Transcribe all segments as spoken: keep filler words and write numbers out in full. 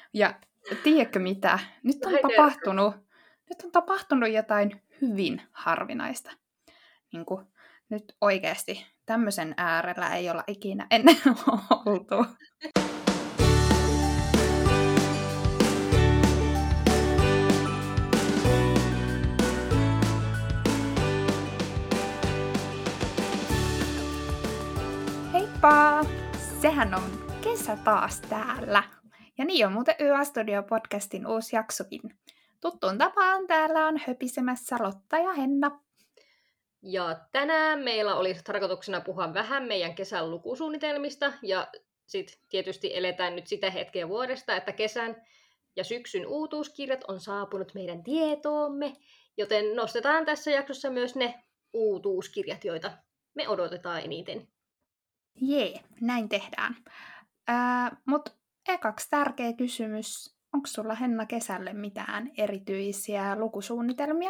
Ja tiedätkö mitä? Nyt No on hei, tapahtunut, nyt on tapahtunut jotain hyvin harvinaista. Niin kuin, nyt oikeasti tämmöisen äärellä ei olla ikinä ennen oltu. Heippa! Sehän on kesä taas täällä. Ja niin on muuten Y A-studio-podcastin uusi jaksokin. Tuttuun tapaan täällä on höpisemässä Lotta ja Henna. Ja tänään meillä olisi tarkoituksena puhua vähän meidän kesän lukusuunnitelmista. Ja sitten tietysti eletään nyt sitä hetkeä vuodesta, että kesän ja syksyn uutuuskirjat on saapunut meidän tietoomme. Joten nostetaan tässä jaksossa myös ne uutuuskirjat, joita me odotetaan eniten. Jee, näin tehdään. Äh, Mutta ekaksi tärkeä kysymys. Onko sulla, Henna, kesälle mitään erityisiä lukusuunnitelmia?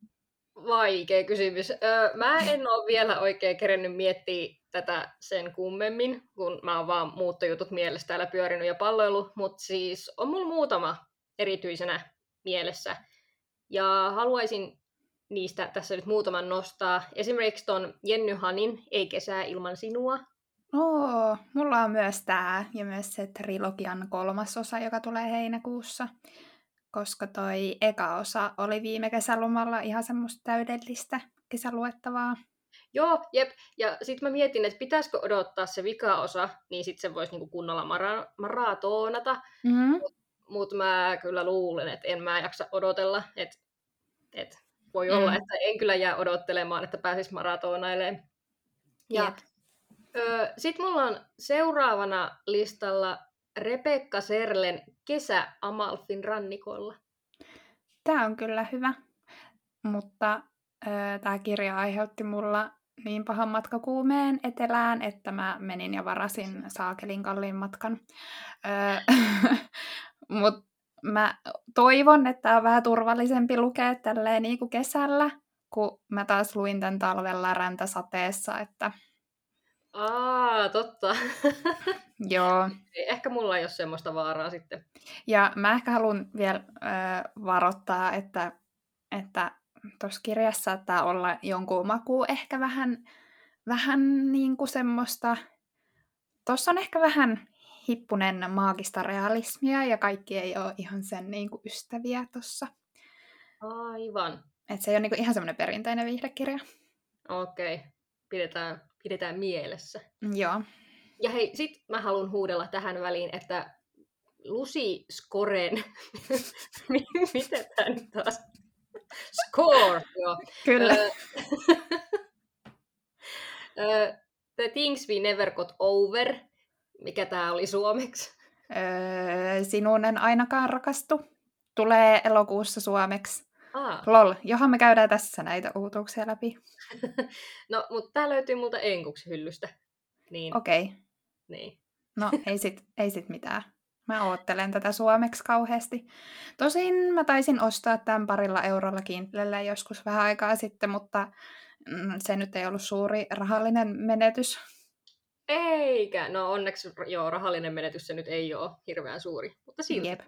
Vaikea kysymys. Öö, mä en ole vielä oikein kerennyt miettiä tätä sen kummemmin, kun mä oon vaan muuttojutut mielessä täällä pyörinyt ja palloilu, mutta siis on mulla muutama erityisenä mielessä. Ja haluaisin niistä tässä nyt muutaman nostaa. Esimerkiksi ton Jenny Hanin Ei kesää ilman sinua. Oo, mulla on myös tää ja myös se trilogian kolmas osa, joka tulee heinäkuussa. Koska toi eka osa oli viime kesälomalla ihan semmoista täydellistä kesäluettavaa. Joo, jep. Ja sitten mä mietin, että pitäisikö odottaa se vika-osa, niin sitten se voisi niinku kunnolla mara- maratonata. Mm-hmm. Mutta mut mä kyllä luulen, että en mä jaksa odotella. Että et voi olla, Mm. että en kyllä jää odottelemaan, että pääsis maratonailemaan. Ja sitten mulla on seuraavana listalla Rebekka Serlen Kesä Amalfin rannikolla. Tämä on kyllä hyvä, mutta tämä kirja aiheutti mulla niin pahan matkakuumeen etelään, että mä menin ja varasin saakelin kalliin matkan. Mutta mä toivon, että tämä on vähän turvallisempi lukea tälleen niin kuin kesällä, kun mä taas luin tämän talvella räntäsateessa, että... Aa, totta. Joo. Ehkä mulla ei ole semmoista vaaraa sitten. Ja mä ehkä haluan vielä äh, varoittaa, että että tuossa kirjassa saattaa olla jonkun maku ehkä vähän, vähän niin kuin semmoista... Tuossa on ehkä vähän hippunen maagista realismia ja kaikki ei ole ihan sen niin kuin ystäviä tuossa. Aivan. Että se ei ole niin kuin ihan semmoinen perinteinen viihdekirja. Okei, okay. pidetään, pidetään mielessä. Joo. Ja hei, sit mä haluan huudella tähän väliin, että Lucy Scoren, miten tää nyt taas? Score, joo. Kyllä. The Things We Never Got Over, mikä tää oli suomeksi? Öö, sinun en ainakaan rakastu. Tulee elokuussa suomeksi. Ah. Lol, johan me käydään tässä näitä uutuuksia läpi. No, mutta tää löytyy multa enkuksi hyllystä. Niin. Okei. Okay. Niin. No, ei sit, ei sit mitään. Mä oottelen tätä suomeksi kauheasti. Tosin mä taisin ostaa tämän parilla eurolla Kindlellä joskus vähän aikaa sitten, mutta se nyt ei ollut suuri rahallinen menetys. Eikä. No onneksi joo, rahallinen menetys se nyt ei ole hirveän suuri, mutta silti. Jep.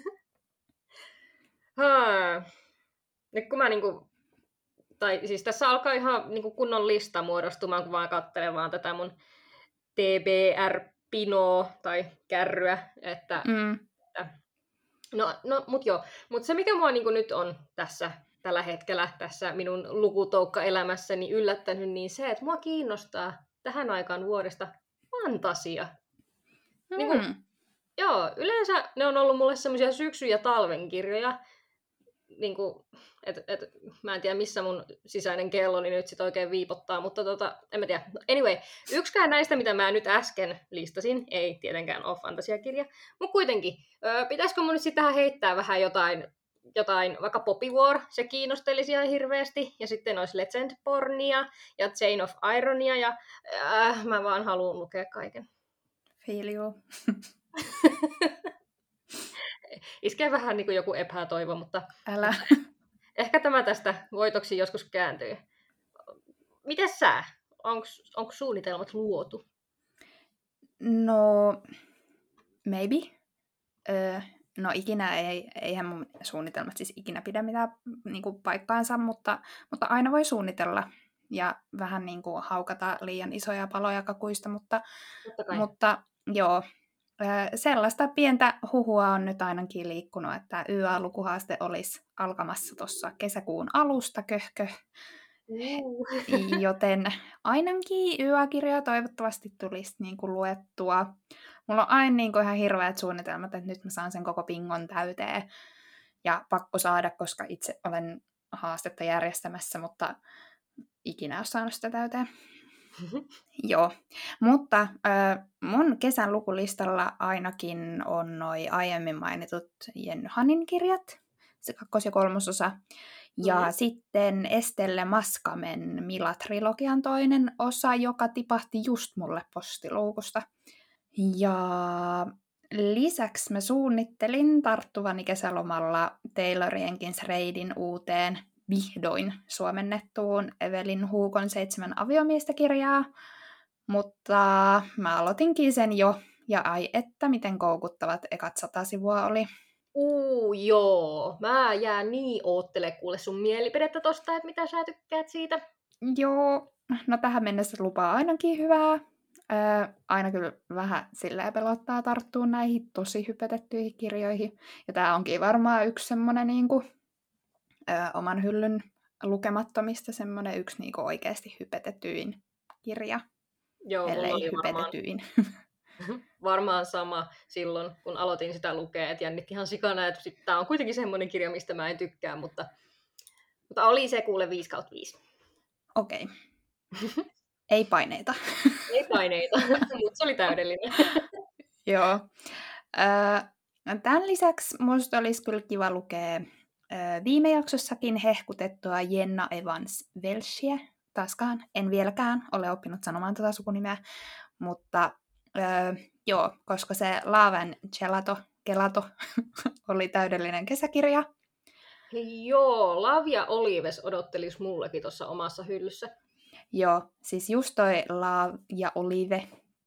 Nyt kun mä niinku, tai siis tässä alkaa ihan niinku kunnon lista muodostumaan, kun vaan katselen vaan tätä mun T B R-pinoa tai kärryä, että, Mm. että no, no mut joo, mut se mikä mua niinku nyt on tässä tällä hetkellä tässä minun lukutoukka-elämässäni yllättänyt, niin se, että mua kiinnostaa tähän aikaan vuodesta fantasia. Mm. Niin kun, joo, yleensä ne on ollut mulle semmoisia syksy- ja talven kirjoja. Niin kun, et, et, mä en tiedä, missä mun sisäinen kelloni nyt sit oikein viipottaa, mutta tota, en mä tiedä. Anyway, yksikään näistä, mitä mä nyt äsken listasin, ei tietenkään ole fantasiakirja, mutta kuitenkin, ö, pitäisikö mun nyt sit tähän heittää vähän jotain, jotain vaikka Poppy War, se kiinnostelisi ihan hirveästi, ja sitten olisi Legend Pornia ja Chain of Ironia, ja äh, mä vaan haluan lukea kaiken. Feel you. Iskee vähän niin kuin joku epätoivo, mutta Älä. ehkä tämä tästä voitoksi joskus kääntyy. Mites sä? Onko suunnitelmat luotu? No, maybe. Öö, no ikinä ei, eihän mun suunnitelmat siis ikinä pidä mitään niin kuin paikkaansa, mutta, mutta aina voi suunnitella ja vähän niin kuin haukata liian isoja paloja kakuista, mutta, Totta kai. mutta joo, sellaista pientä huhua on nyt ainakin liikkunut, että Y A-lukuhaaste olisi alkamassa tuossa kesäkuun alusta, köhkö. Uh. Joten ainakin Y A-kirjoja toivottavasti tulisi niin kuin luettua. Mulla on aina niin kuin ihan hirveät suunnitelmat, että nyt mä saan sen koko pingon täyteen. Ja pakko saada, koska itse olen haastetta järjestämässä, mutta ikinä ole saanut sitä täyteen. Joo, mutta äh, mun kesän lukulistalla ainakin on noi aiemmin mainitut Jenny Hanin kirjat, se kakkos- ja kolmososa. Ja mm-hmm. sitten Estelle Maskamen Mila-trilogian toinen osa, joka tipahti just mulle postiluukusta. Ja lisäksi mä suunnittelin tarttuvani kesälomalla Taylor Jenkins Reidin uuteen vihdoin suomennettuun Evelin Huukon seitsemän aviomiestä-kirjaa, mutta mä aloitinkin sen jo, ja ai että miten koukuttavat ekat sata sivua oli. Uu, joo. Mä jään niin oottele kuule sun mielipidettä tosta, että mitä sä tykkäät siitä. Joo, no tähän mennessä lupaa ainakin hyvää. Öö, aina kyllä vähän silleen pelottaa tarttua näihin tosi hypetettyihin kirjoihin. Ja tää onkin varmaan yksi semmonen niinku, öö, oman hyllyn lukemattomista semmonen yksi niinku oikeasti hypetetyin kirja. Joo, ellei oli hypetetyin. Varmaan, varmaan sama silloin, kun aloitin sitä lukea, että jännitti ihan sikana, että tämä on kuitenkin semmoinen kirja, mistä mä en tykkää, mutta, mutta oli se kuule viisi kautta viisi. Okei. Okay. Ei paineita. Ei paineita, mutta se oli täydellinen. Joo. Tämän lisäksi minusta olisi kyllä kiva lukea viime jaksossakin hehkutettua Jenna Evans Welshia. Taaskaan en vieläkään ole oppinut sanomaan tätä sukunimeä, mutta öö, joo, koska se Laaven Gelato, Gelato oli täydellinen kesäkirja. Hei joo, Lavia Olives odottelisi mullekin tuossa omassa hyllyssä. Joo, siis just toi Love ja Olive.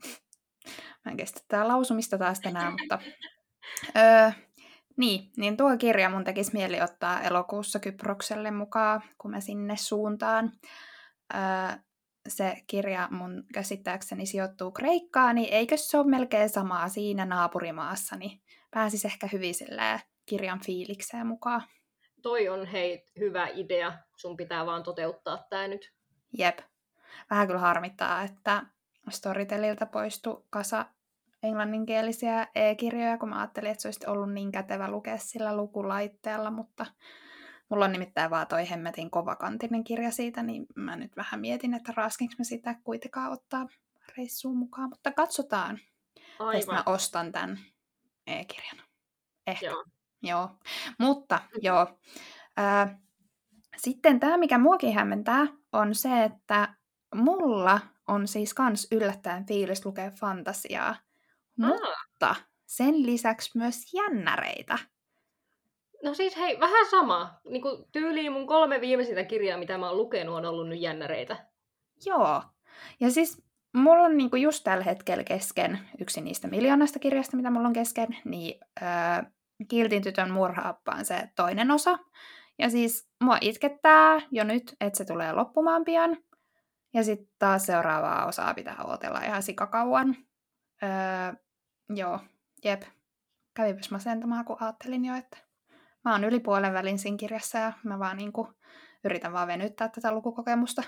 Mä en kestä tää lausumista taas tänään, mutta öö, niin, niin tuo kirja mun tekisi mieli ottaa elokuussa Kyprokselle mukaan, kun mä sinne suuntaan. Öö, se kirja mun käsittääkseni sijoittuu Kreikkaan, niin eikö se ole melkein samaa siinä naapurimaassa, niin pääsis ehkä hyvin silleen kirjan fiilikseen mukaan. Toi on hei hyvä idea, sun pitää vaan toteuttaa tää nyt. Jep. Vähän kyllä harmittaa, että Storyteliltä poistui kasa englanninkielisiä e-kirjoja, kun mä ajattelin, että se olisi ollut niin kätevä lukea sillä lukulaitteella, mutta mulla on nimittäin vaan toi hemmetin kovakantinen kirja siitä, niin mä nyt vähän mietin, että raskinko mä sitä kuitenkaan ottaa reissuun mukaan, mutta katsotaan, että mä ostan tämän e-kirjan. Ehkä. Joo. Joo. Mutta joo. Ää, sitten tämä, mikä muakin hämmentää, on se, että mulla on siis kans yllättäen fiilis lukea fantasiaa, Aa. mutta sen lisäksi myös jännäreitä. No siis hei, vähän sama. Niin kuin tyyliin mun kolme viimeisintä kirjaa, mitä mä oon lukenut, on ollut nyt jännäreitä. Joo. Ja siis mulla on niinku just tällä hetkellä kesken yksi niistä miljoonasta kirjasta, mitä mulla on kesken, niin öö, Kiltin tytön murhaappaan on se toinen osa. Ja siis mua itkettää jo nyt, että se tulee loppumaan pian. Ja sitten taas seuraavaa osaa pitää odotella ihan sikakauan. Öö, joo, jep. Kävipäs masentamaan, kun ajattelin jo, että mä oon yli puolen välin siinä kirjassa ja mä vaan niinku yritän vaan venyttää tätä lukukokemusta.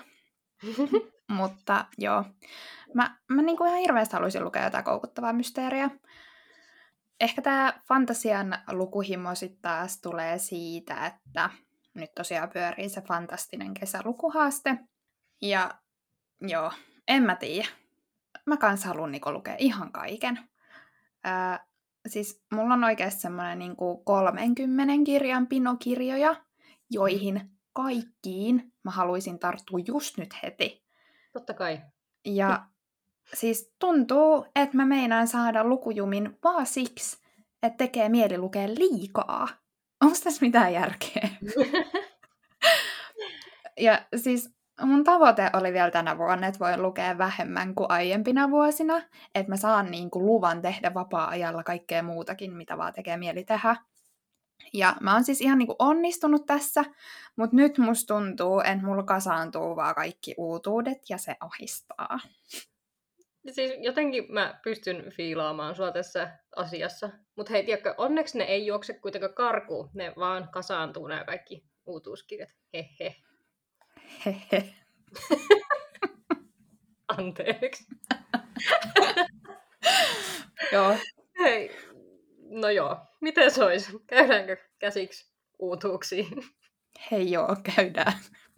Mutta joo, mä, mä niinku ihan hirveästi haluaisin lukea jotain koukuttavaa mysteeriä. Ehkä tää fantasian lukuhimo sitten taas tulee siitä, että nyt tosiaan pyörii se fantastinen kesälukuhaaste. Ja joo, en mä tiedä. Mä kans haluan niinku lukea ihan kaiken. Öö, siis mulla on oikeasti semmoinen niinku kolmenkymmenen kirjan pinokirjoja, joihin kaikkiin mä haluaisin tarttua just nyt heti. Totta kai. Ja siis tuntuu, että mä meinaan saada lukujumin vaan siksi, että tekee mieli lukea liikaa. Onko tässä mitään järkeä? Ja siis mun tavoite oli vielä tänä vuonna, että voin lukea vähemmän kuin aiempina vuosina. Että mä saan niin kuin luvan tehdä vapaa-ajalla kaikkea muutakin, mitä vaan tekee mieli tehdä. Ja mä oon siis ihan niin kuin onnistunut tässä, mutta nyt musta tuntuu, että mulla kasaantuu vaan kaikki uutuudet ja se ahistaa. Siis jotenkin mä pystyn fiilaamaan sua tässä asiassa. Mutta hei, tiedätkö, onneksi ne ei juokse kuitenkaan karkuun. Ne vaan kasaantuu nämä kaikki uutuuskirjat. Hehe. Hehe. Anteeksi. Joo. Hei, no joo. Miten se olisi? Käydäänkö käsiksi uutuuksiin? Hei joo, käydään.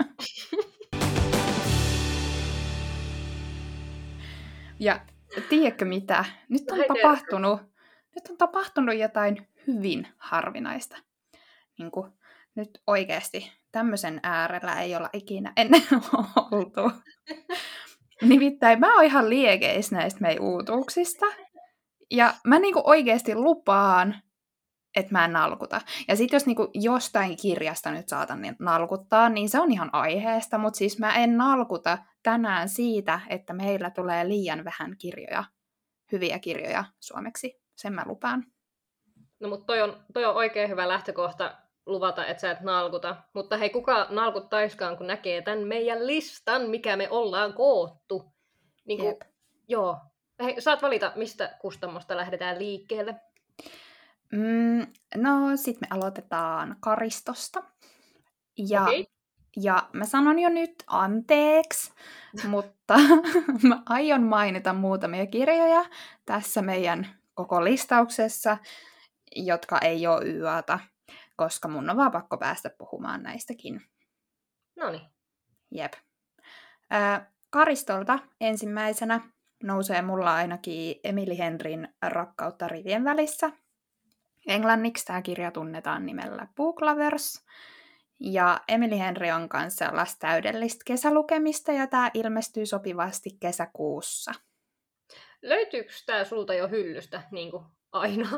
Ja tiedätkö mitä? Nyt on tapahtunut, nyt on tapahtunut jotain hyvin harvinaista. Niin kuin, nyt oikeasti tämmöisen äärellä ei olla ikinä ennen oltu. Nimittäin mä oon ihan liekeis näistä meidän uutuuksista. Ja mä niinku oikeasti lupaan, että mä en nalkuta. Ja sit jos niinku jostain kirjasta nyt saatan nalkuttaa, niin se on ihan aiheesta. Mutta siis mä en nalkuta tänään siitä, että meillä tulee liian vähän kirjoja, hyviä kirjoja suomeksi. Sen mä lupaan. No mutta toi on, toi on oikein hyvä lähtökohta luvata, että sä et nalkuta. Mutta hei, kuka nalkuttaiskaan, kun näkee tämän meidän listan, mikä me ollaan koottu. Niin kun, joo. Hei, saat valita, mistä kustamosta lähdetään liikkeelle. Mm, no, sit me aloitetaan Karistosta. Ja, okay. ja mä sanon jo nyt anteeksi, mutta mä aion mainita muutamia kirjoja tässä meidän koko listauksessa, jotka ei ole Y A:ta, koska mun on vaan pakko päästä puhumaan näistäkin. Noniin. Jep. Äh, Karistolta ensimmäisenä nousee mulla ainakin Emily Henryn Rakkautta rivien välissä. Englanniksi tämä kirja tunnetaan nimellä Book Lovers. Ja Emily Henry on kanssa sellaista täydellistä kesälukemista, ja tämä ilmestyy sopivasti kesäkuussa. Löytyykö tämä sulta jo hyllystä, niin kuin aina?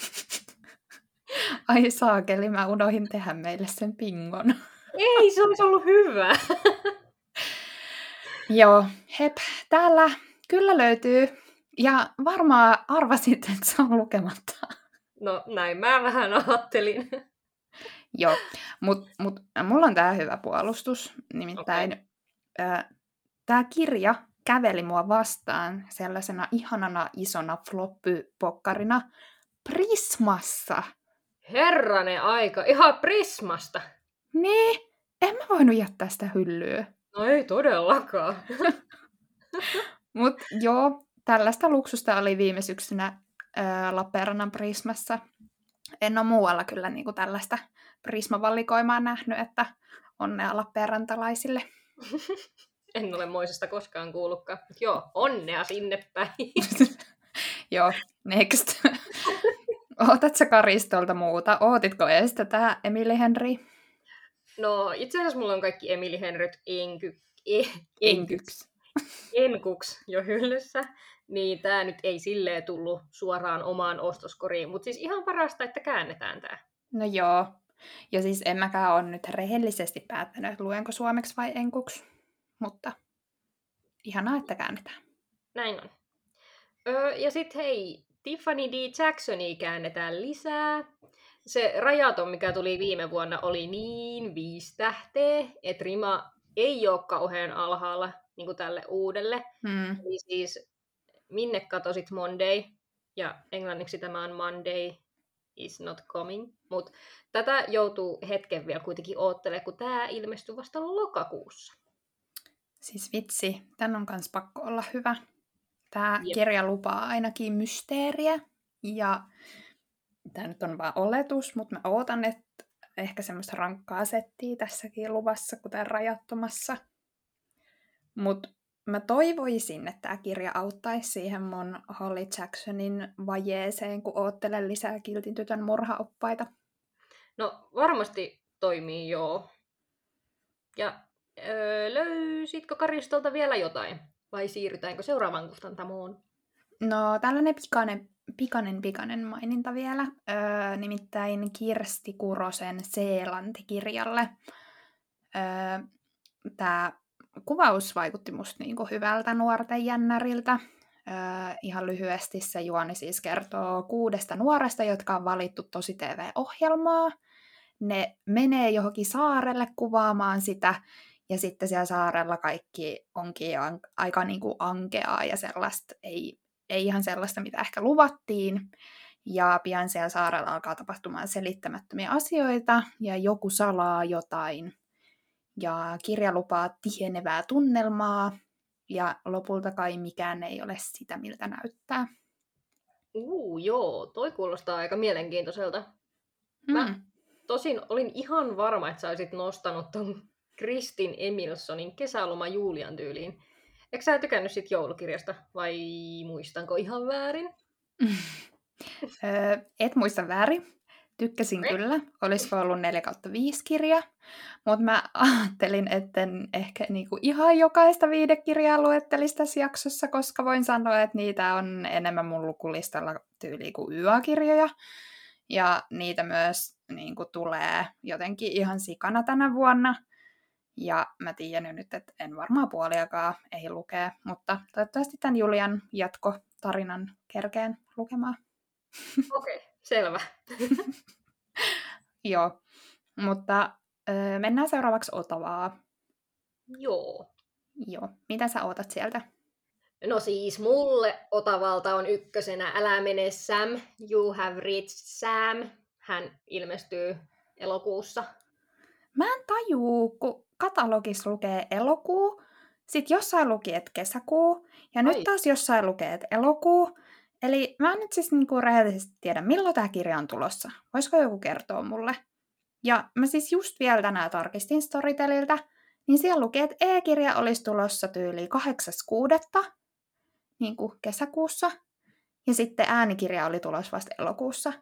Ai saakeli, mä unohdin tehdä meille sen pingon. Ei, se olisi ollut hyvä. Joo, hep, täällä kyllä löytyy. Ja varmaan arvasit, että se on lukematta. No näin mä vähän ajattelin. Joo, mutta mut, mulla on tää hyvä puolustus. Nimittäin okay. Tämä kirja käveli mua vastaan sellaisena ihanana isona floppy-pokkarina Prismassa. Herranen aika, ihan Prismasta. Niin, en mä voinut jättää sitä hyllyä. No ei todellakaan. Mut joo, tällaista luksusta oli viime syksynä ää, Lappeenrannan Prismassa. En ole muualla kyllä niinku tällaista Prisma-valikoimaa nähnyt, että onnea lappeenrantalaisille. En ole moisesta koskaan kuullutkaan. Joo, onnea sinne päin. Joo, next. Ootat sä Karistolta muuta? Ootitko edes tätä Emily Henry? No itse asiassa mulla on kaikki Emily Henryt enky... e... enkyks. enkuks jo hyllyssä. Niin tää nyt ei silleen tullut suoraan omaan ostoskoriin. Mutta siis ihan parasta, että käännetään tää. No joo. Ja siis en mäkään ole nyt rehellisesti päättänyt, että luenko suomeksi vai enkuksi. Mutta ihanaa, että käännetään. Näin on. Öö, ja sitten hei, Tiffany D. Jacksonia käännetään lisää. Se rajaton, mikä tuli viime vuonna, oli niin viisi tähteä, että rima ei ole kauhean alhaalla niin kuin tälle uudelle. Mm. Eli siis Minne katosit Monday, ja englanniksi tämä on Monday is not coming. Mutta tätä joutuu hetken vielä kuitenkin oottelemaan, kun tämä ilmestyy vasta lokakuussa. Siis vitsi, tän on kans pakko olla hyvä. Tämä Jep. kirja lupaa ainakin mysteeriä, ja tämä nyt on vaan oletus, mutta mä ootan, että ehkä semmoista rankkaa settiä tässäkin luvassa, kuten rajattomassa. Mutta mä toivoisin, että tämä kirja auttaisi siihen mun Holly Jacksonin vajeeseen, kun oottelen lisää Kiltin tytön murhaoppaita. No varmasti toimii, joo. Ja öö, löysitkö Karistolta vielä jotain? Vai siirrytäänkö seuraavaan kustantamoon? No tällainen pikainen, pikainen, pikainen maininta vielä. Öö, nimittäin Kirsti Kurosen Seelanti-kirjalle. Öö, Tämä kuvaus vaikutti musta niinku hyvältä nuorten jännäriltä. Öö, ihan lyhyesti se juoni siis kertoo kuudesta nuoresta, jotka on valittu tosi T V-ohjelmaa. Ne menee johonkin saarelle kuvaamaan sitä, ja sitten siellä saarella kaikki onkin an- aika niinku ankeaa ja sellaista, ei, ei ihan sellaista, mitä ehkä luvattiin. Ja pian siellä saarella alkaa tapahtumaan selittämättömiä asioita, ja joku salaa jotain. Ja kirja lupaa tihenevää tunnelmaa, ja lopulta kai mikään ei ole sitä, miltä näyttää. Uu, joo, toi kuulostaa aika mielenkiintoiselta. Mä Mm. tosin olin ihan varma, että sä olisit nostanut ton Kristin Emilssonin Kesäloma Julian tyyliin. Eikö sä tykännyt sit joulukirjasta, vai muistanko ihan väärin? Öö, et muista väärin. Tykkäsin Okay. kyllä. Olisiko ollut neljä kautta viisi kirjaa. Mutta mä ajattelin, etten ehkä niinku ihan jokaista viidekirjaa luettelisi tässä jaksossa, koska voin sanoa, että niitä on enemmän mun lukulistalla tyyliin kuin Y A-kirjoja. Ja niitä myös niinku tulee jotenkin ihan sikana tänä vuonna. Ja mä tiedän nyt, että en varmaan puoliakaan ei lukea, mutta toivottavasti tämän Julian jatkotarinan kerkeen lukemaan. Okei, okay, selvä. Joo, mutta öö, mennään seuraavaksi Otavaa. Joo. Joo, mitä sä ootat sieltä? No siis mulle Otavalta on ykkösenä Älä mene Sam, You have reached Sam. Hän ilmestyy elokuussa. Mä en tajuu, kun katalogissa lukee elokuu, sit jossain luki, että kesäkuu, ja Ai. nyt taas jossain lukee, että elokuu. Eli mä en nyt siis niinku rehellisesti tiedä, milloin tää kirja on tulossa. Voisiko joku kertoa mulle? Ja mä siis just vielä tänään tarkistin Storyteliltä, niin siellä luki, että e-kirja olisi tulossa tyyliin kahdeksas kuudetta niin kuin kesäkuussa, ja sitten äänikirja oli tulossa vasta elokuussa.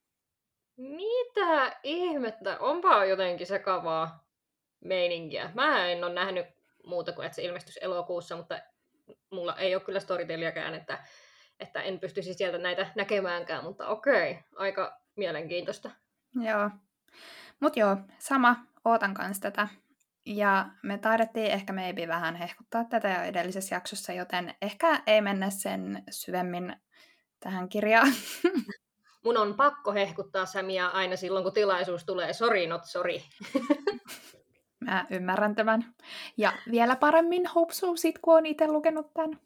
Mitä ihmettä? Onpa jotenkin sekavaa meininkiä. Mä en ole nähnyt muuta kuin, että se ilmestyisi elokuussa, mutta mulla ei ole kyllä Storyteliäkään, että, että en pystyisi sieltä näitä näkemäänkään, mutta okei, aika mielenkiintoista. Joo. Mut joo, sama, ootan kanssa tätä. Ja me taidettiin ehkä maybe vähän hehkuttaa tätä jo edellisessä jaksossa, joten ehkä ei mennä sen syvemmin tähän kirjaan. Mun on pakko hehkuttaa Samia aina silloin, kun tilaisuus tulee. Sorry, not sorry. Mä ymmärrän tämän. Ja vielä paremmin Hope So sit, kun on itse lukenut tämän.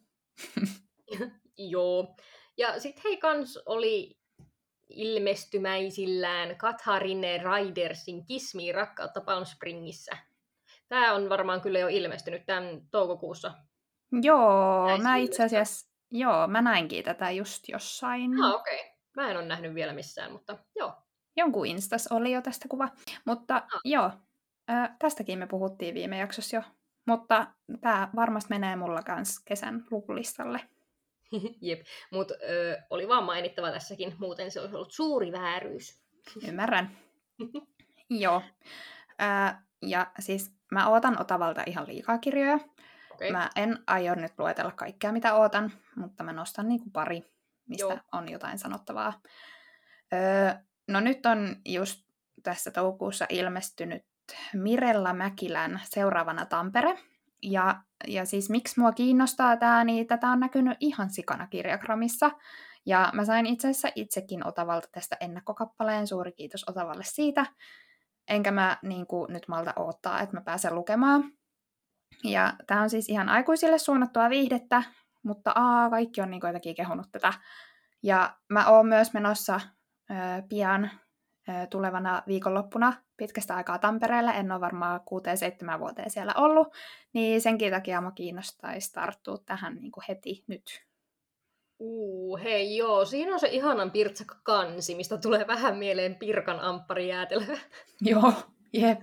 Joo. Ja sit hei kans oli ilmestymäisillään Katharine Ridersin Kiss Me, rakkautta Palm Springissä. Tää on varmaan kyllä jo ilmestynyt tämän toukokuussa. Joo, Näin mä se itse asiassa, joo, mä näinkin tätä just jossain. Ah, okei. Okay. Mä en ole nähnyt vielä missään, mutta joo. Jonkun Instas oli jo tästä kuva. Mutta Ah. joo, äh, tästäkin me puhuttiin viime jaksossa jo. Mutta tää varmasti menee mulla kans kesän lukulistalle. Jep, mutta oli vaan mainittava tässäkin, muuten se olisi ollut suuri vääryys. Ymmärrän. Joo. Äh, ja siis mä ootan Otavalta ihan liikaa kirjoja. Okay. Mä en aio nyt luetella kaikkea, mitä ootan, mutta mä nostan niinku pari, mistä Joo. on jotain sanottavaa. Öö, no nyt on just tässä toukokuussa ilmestynyt Mirella Mäkilän Seuraavana Tampere. Ja, ja siis miksi mua kiinnostaa tää, niin tätä on näkynyt ihan sikana Kirjakramissa. Ja mä sain itse asiassa itsekin Otavalta tästä ennakkokappaleen, suuri kiitos Otavalle siitä. Enkä mä niin kuin, nyt malta odottaa, että mä pääsen lukemaan. Ja tää on siis ihan aikuisille suunnattua viihdettä, mutta aa, kaikki on niin kuin jotenkin kehunut tätä. Ja mä oon myös menossa ö, pian ö, tulevana viikonloppuna pitkästä aikaa Tampereella. En ole varmaan kuuteen seitsemän vuoteen siellä ollut. Niin senkin takia mä kiinnostaisi tarttua tähän niin kuin heti nyt. Uu, hei joo, siinä on se ihanan pirtsakka kansi, mistä tulee vähän mieleen Pirkan ampparijäätelö. Joo, jep.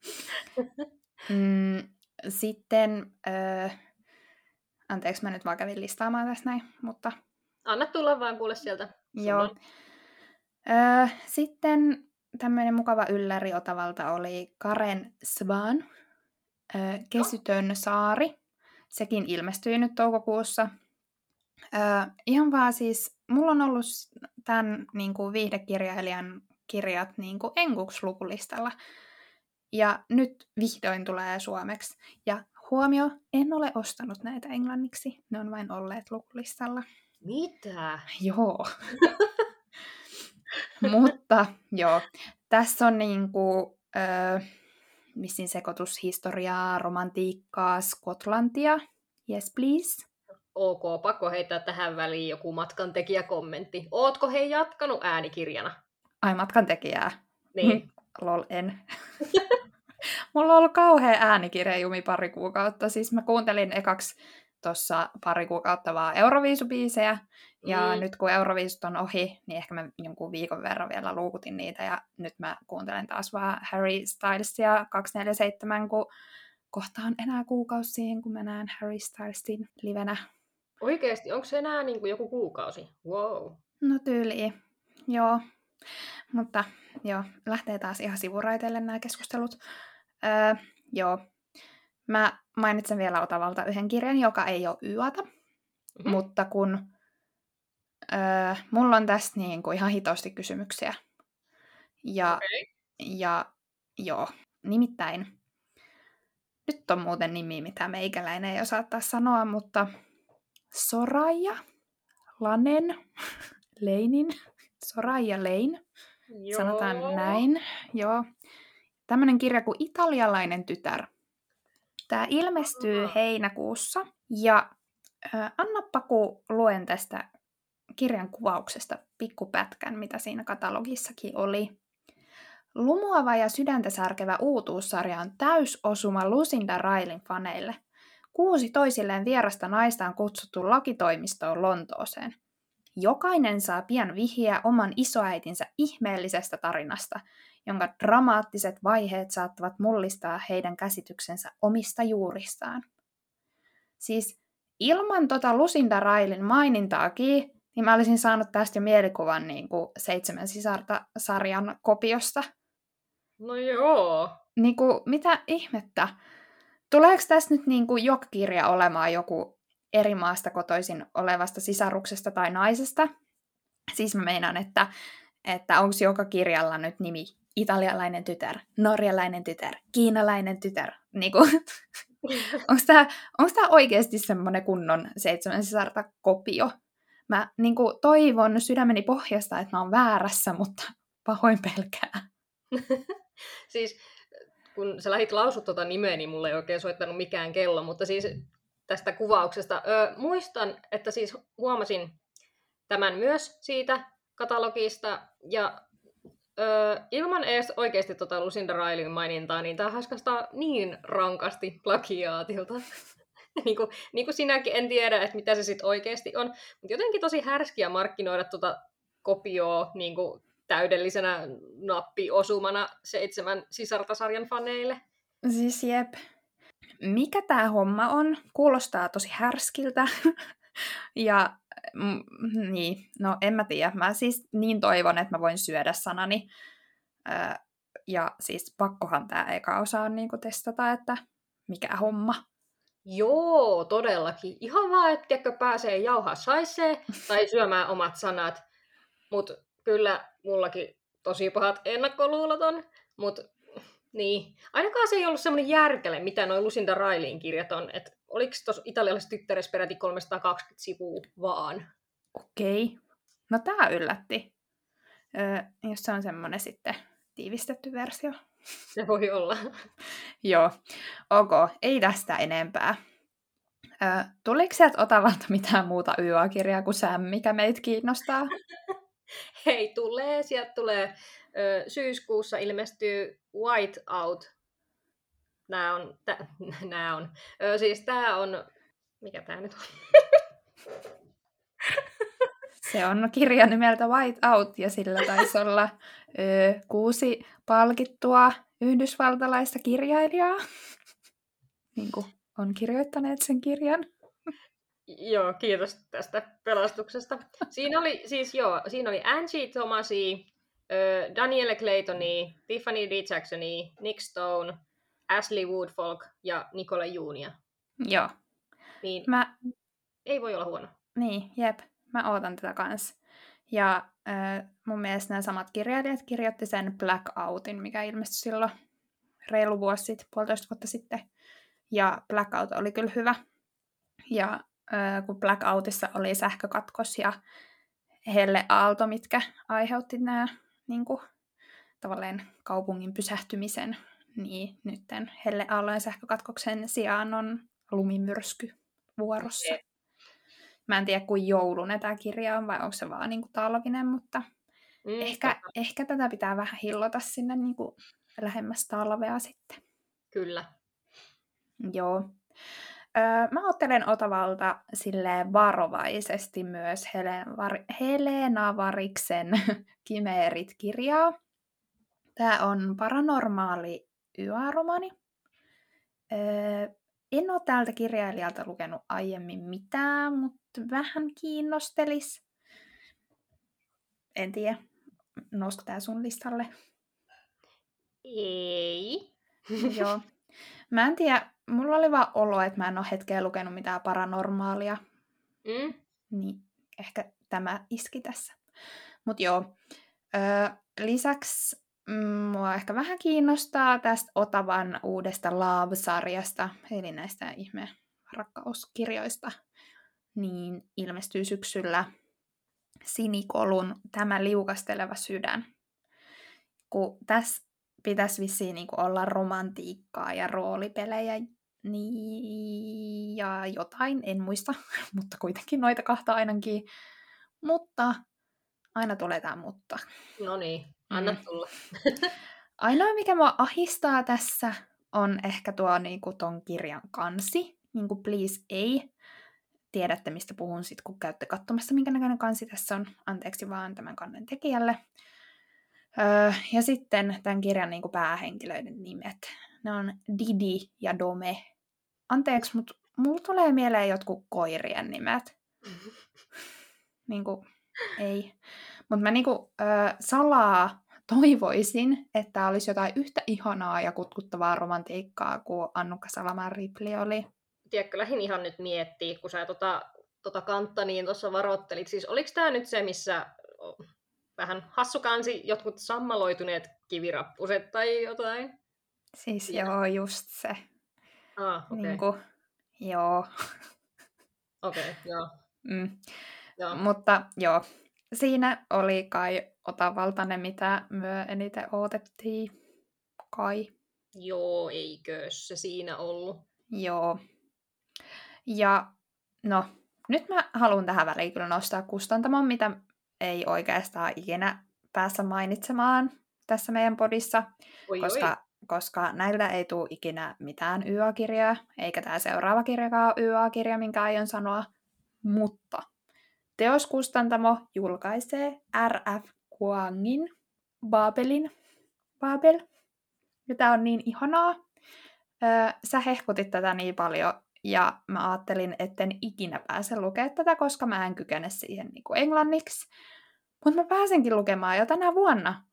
mm, sitten, ö, anteeksi mä nyt vaan kävin listaamaan tässä näin, mutta... Anna tulla vaan kuule sieltä. Joo. Ö, sitten tämmöinen mukava ylläri Otavalta oli Karen Svan, ö, Kesytön saari. Sekin ilmestyi nyt toukokuussa. Ö, ihan vaan siis, mulla on ollut tämän niin kuin viihdekirjailijan kirjat niin kuin enkuksi lukulistalla. Ja nyt vihdoin tulee suomeksi. Ja Huomio, en ole ostanut näitä englanniksi. Ne on vain olleet lukulistalla. Mitä? Joo. Mutta joo, tässä on niinku, öö, missin sekoitus historiaa, romantiikkaa, Skotlantia. Yes, please. Ok, pakko heittää tähän väliin joku matkantekijäkommentti. Ootko hei jatkanut äänikirjana? Ai, matkantekijää. Niin. Lol, en. Mulla on ollut kauhea äänikirjajumi pari kuukautta. Siis mä kuuntelin ekaksi tuossa pari kuukautta vaan Euroviisubiisejä. Ja Mm. nyt kun Euroviisut on ohi, niin ehkä mä jonkun viikon verran vielä luukutin niitä. Ja nyt mä kuuntelen taas vaan Harry Stylesia kaksi neljä seitsemän, kun kohta on enää kuukausi siihen, kun mä näen Harry Stylesin livenä. Oikeesti, onko se enää niin kuin joku kuukausi? Wow. No tyyliin, joo. Mutta joo, lähtee taas ihan sivuraiteille nämä keskustelut. Öö, joo. Mä mainitsen vielä Otavalta yhden kirjan, joka ei ole Yata. Mm-hmm. Mutta kun öö, mulla on tästä niin kuin ihan hitosti kysymyksiä. Ja, okay. ja joo, nimittäin nyt on muuten nimi, mitä meikäläinen ei osaa taas sanoa, mutta Soraya Lanen, Leinin, Soraya Lane, joo. Sanotaan näin, joo. Tämmöinen kirja kuin Italialainen tytär. Tämä ilmestyy Aha. heinäkuussa, ja äh, annappa kun luen tästä kirjan kuvauksesta pikkupätkän, mitä siinä katalogissakin oli. Lumoava ja sydäntä särkevä uutuussarja on täysosuma Lucinda Rylin faneille. Kuusi toisilleen vierasta naista on kutsuttu lakitoimistoon Lontooseen. Jokainen saa pian vihjeä oman isoäitinsä ihmeellisestä tarinasta, jonka dramaattiset vaiheet saattavat mullistaa heidän käsityksensä omista juuristaan. Siis ilman tota Lucinda Rylin mainintaakin, niin mä olisin saanut tästä jo mielikuvan niin kuin Seitsemän sisarta-sarjan kopiosta. No joo. Niin kuin, mitä ihmettä? Tuleeko tässä nyt niin kuin joka kirja olemaan joku eri maasta kotoisin olevasta sisaruksesta tai naisesta? Siis mä meinaan, että, että onko joka kirjalla nyt nimi italialainen tytär, norjalainen tytär, kiinalainen tytär. Niin kuin, onko tämä onko tämä oikeasti semmoinen kunnon Seitsemän sisarta kopio? Mä niin kuin, toivon sydämeni pohjasta, että mä oon väärässä, mutta pahoin pelkää. Siis kun sä lähdit lausua tuota nimeä, niin mulle ei oikein soittanut mikään kello, mutta siis tästä kuvauksesta. Öö, muistan, että siis huomasin tämän myös siitä katalogista, ja öö, ilman edes oikeasti tota Lucinda Rylin mainintaa, niin tämä haskastaa niin rankasti plagiaatilta. niin, kuin, niin kuin sinäkin, en tiedä, että mitä se sitten oikeasti on, mutta jotenkin tosi härskiä markkinoida tuota kopioa niin kuin täydellisenä nappiosumana Seitsemän sisarta-sarjan faneille. Siis jep. Mikä tää homma on? Kuulostaa tosi härskiltä. ja mm, niin, no en mä tiedä. Mä siis niin toivon, että mä voin syödä sanani. Öö, ja siis pakkohan tää eka osaa niinku testata, että mikä homma. Joo, todellakin. Ihan vaan, että pääsee jauhaa saisee tai syömään omat sanat. Mutta kyllä mullakin tosi pahat ennakkoluulot on. Mutta niin. Ainakaan se ei ollut semmoinen järkele, mitä noin Lucinda Rylin kirjat on. Että oliko tuossa italialaisessa tyttärässä peräti kolmesataakaksikymmentä sivua vaan? Okei. No tää yllätti. Öö, jos se on semmoinen sitten tiivistetty versio. Se voi olla. Joo. Ok, ei tästä enempää. Öö, tuliko sieltä Otavalta mitään muuta Y A-kirjaa kuin Sam, mikä meitä kiinnostaa? Hei, tulee. Sieltä tulee. Ö, syyskuussa ilmestyy White Out. Nää on. Tä, nää on. Ö, siis tää on. Mikä tää nyt on? Se on kirja nimeltä White Out, ja sillä taisi olla ö, kuusi palkittua yhdysvaltalaista kirjailijaa, niin kuin on kirjoittaneet sen kirjan. Joo, kiitos tästä pelastuksesta. Siinä oli siis joo, siinä oli Angie Tomasi, äh, Danielle Claytoni, Tiffany D. Jacksoni, Nick Stone, Ashley Woodfolk ja Nicole Junia. Joo. Niin Mä... ei voi olla huono. Niin, jep. Mä ootan tätä kanssa. Ja äh, mun mielestä nämä samat kirjailijat kirjoitti sen Blackoutin, mikä ilmestyi silloin reilu vuosi sitten, puolitoista vuotta sitten. Ja Blackout oli kyllä hyvä. Ja äh, kun Blackoutissa oli sähkökatkos ja helleaalto, mitkä aiheutti nämä niin kuin, tavallaan kaupungin pysähtymisen, niin nytten helleaallon ja sähkökatkoksen sijaan on lumimyrsky vuorossa. Okay. Mä en tiedä, kuin joulunen tämä kirja on, vai onko se vaan niin kuin talvinen, mutta Mm, ehkä, ehkä tätä pitää vähän hillota sinne niin kuin lähemmäs talvea sitten. Kyllä. Joo. Öö, mä ottelen Otavalta silleen varovaisesti myös Helen Var- Helena Variksen Kimeerit-kirjaa. Tämä on paranormaali Y A-romani. Öö, en ole tältä kirjailijalta lukenut aiemmin mitään, mutta vähän kiinnostelis. En tiedä, nousko tää sun listalle? Ei. Joo. Mä en tiedä, mulla oli vaan olo, että mä en ole hetkeä lukenut mitään paranormaalia. Mm. Niin ehkä tämä iski tässä. Mut joo. Öö, lisäksi mm, mua ehkä vähän kiinnostaa tästä Otavan uudesta Love-sarjasta, eli näistä ihme rakkauskirjoista, niin ilmestyy syksyllä Sinikolun Tämä liukasteleva sydän. Kun tässä pitäisi vissiin niinku olla romantiikkaa ja roolipelejä niin, ja jotain, en muista, mutta kuitenkin noita kahta ainakin. Mutta aina tulee tää mutta. No niin, anna tulla. Ainoa, mikä mua ahistaa tässä, on ehkä tuo niinku, ton kirjan kansi. Niinku please ei. Tiedätte, mistä puhun sit, kun käytte katsomassa, minkä näköinen kansi tässä on. Anteeksi vaan tämän kannen tekijälle. Öö, ja sitten tämän kirjan niinku, päähenkilöiden nimet. Ne on Didi ja Dome. Anteeksi, mutta mulla tulee mieleen jotkut koirien nimet. Niinku, ei. Mutta mä niinku, ö, salaa toivoisin, että olisi jotain yhtä ihanaa ja kutkuttavaa romantiikkaa kuin Annukka Salaman Ripley oli. Tiedätkö, lähin ihan nyt miettiä, kun sä tota, tota kantta niin tuossa varoittelit. Siis oliko tämä nyt se, missä vähän hassukansi jotkut sammaloituneet kivirappuset tai jotain? Siis Ja. joo, just se. Ah, okei. Okay. Niinku, joo. Okei, okay, joo. Mm. joo. Mutta joo, siinä oli kai Otavalta ne, mitä myö eniten odotettiin. Kai. Joo, eikö se siinä ollut? Joo. Ja no, nyt mä haluan tähän väliin kyllä nostaa kustantamon, mitä ei oikeastaan ikinä päässä mainitsemaan tässä meidän podissa, Oi, koska, oi. koska näiltä ei tule ikinä mitään Y A-kirjaa, eikä tämä seuraava kirjakaan ole Y A-kirja, minkä aion sanoa, mutta teoskustantamo julkaisee R F Kuangin Babelin. Babel. Ja tää on niin ihanaa. Öö, sä hehkutit tätä niin paljon, ja mä ajattelin, etten ikinä pääse lukemaan tätä, koska mä en kykene siihen niin kuin englanniksi. Mutta mä pääsenkin lukemaan jo tänä vuonna.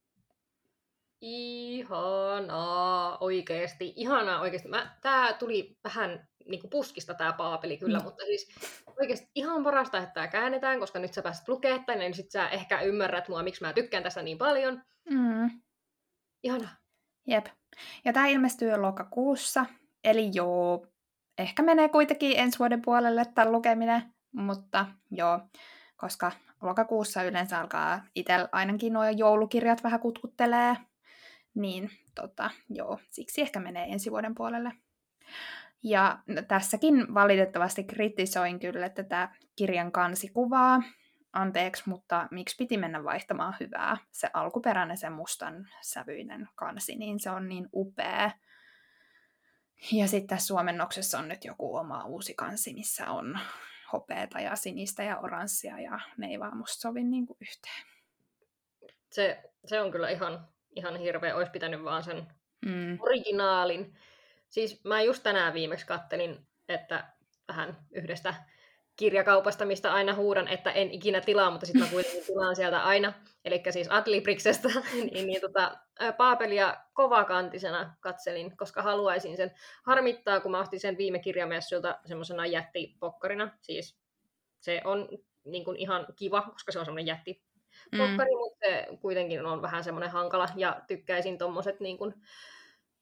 Ihanaa, oikeesti. Ihanaa, oikeesti. Mä, tää tuli vähän niinku puskista tää paapeli kyllä, mm. mutta siis oikeesti ihan parasta, että tää käännetään, koska nyt sä pääset lukemaan tän, niin sit sä ehkä ymmärrät mua, miksi mä tykkään tästä niin paljon. Mm. Ihanaa. Jep. Ja tää ilmestyy lokakuussa, eli joo, ehkä menee kuitenkin ensi vuoden puolelle tämän lukeminen, mutta joo, koska lokakuussa yleensä alkaa itsellä ainakin nuo joulukirjat vähän kutkuttelee, niin tota, joo, siksi ehkä menee ensi vuoden puolelle. Ja tässäkin valitettavasti kritisoin kyllä tätä kirjan kansikuvaa. Anteeksi, mutta miksi piti mennä vaihtamaan hyvää? Se alkuperäinen, se mustan sävyinen kansi, niin se on niin upea. Ja sitten tässä suomennoksessa on nyt joku oma uusi kansi, missä on hopeata ja sinistä ja oranssia, ja ne ei vaan musta sovi niinku yhteen. Se, se on kyllä ihan, ihan hirveä. Olisi pitänyt vaan sen mm. originaalin. Siis mä just tänään viimeksi kattelin, että vähän yhdestä kirjakaupasta, mistä aina huudan, että en ikinä tilaa, mutta sitten mä kuitenkin tilaan sieltä aina. Eli siis Adlibriksestä, niin, niin tota, Paapelia kovakantisena katselin, koska haluaisin sen. Harmittaa, kun mä ostin sen viime kirjamessulta semmoisena jättipokkarina. Siis se on niin kuin ihan kiva, koska se on semmoinen jättipokkari, mm. mutta se kuitenkin on vähän semmoinen hankala, ja tykkäisin tommoset niin kuin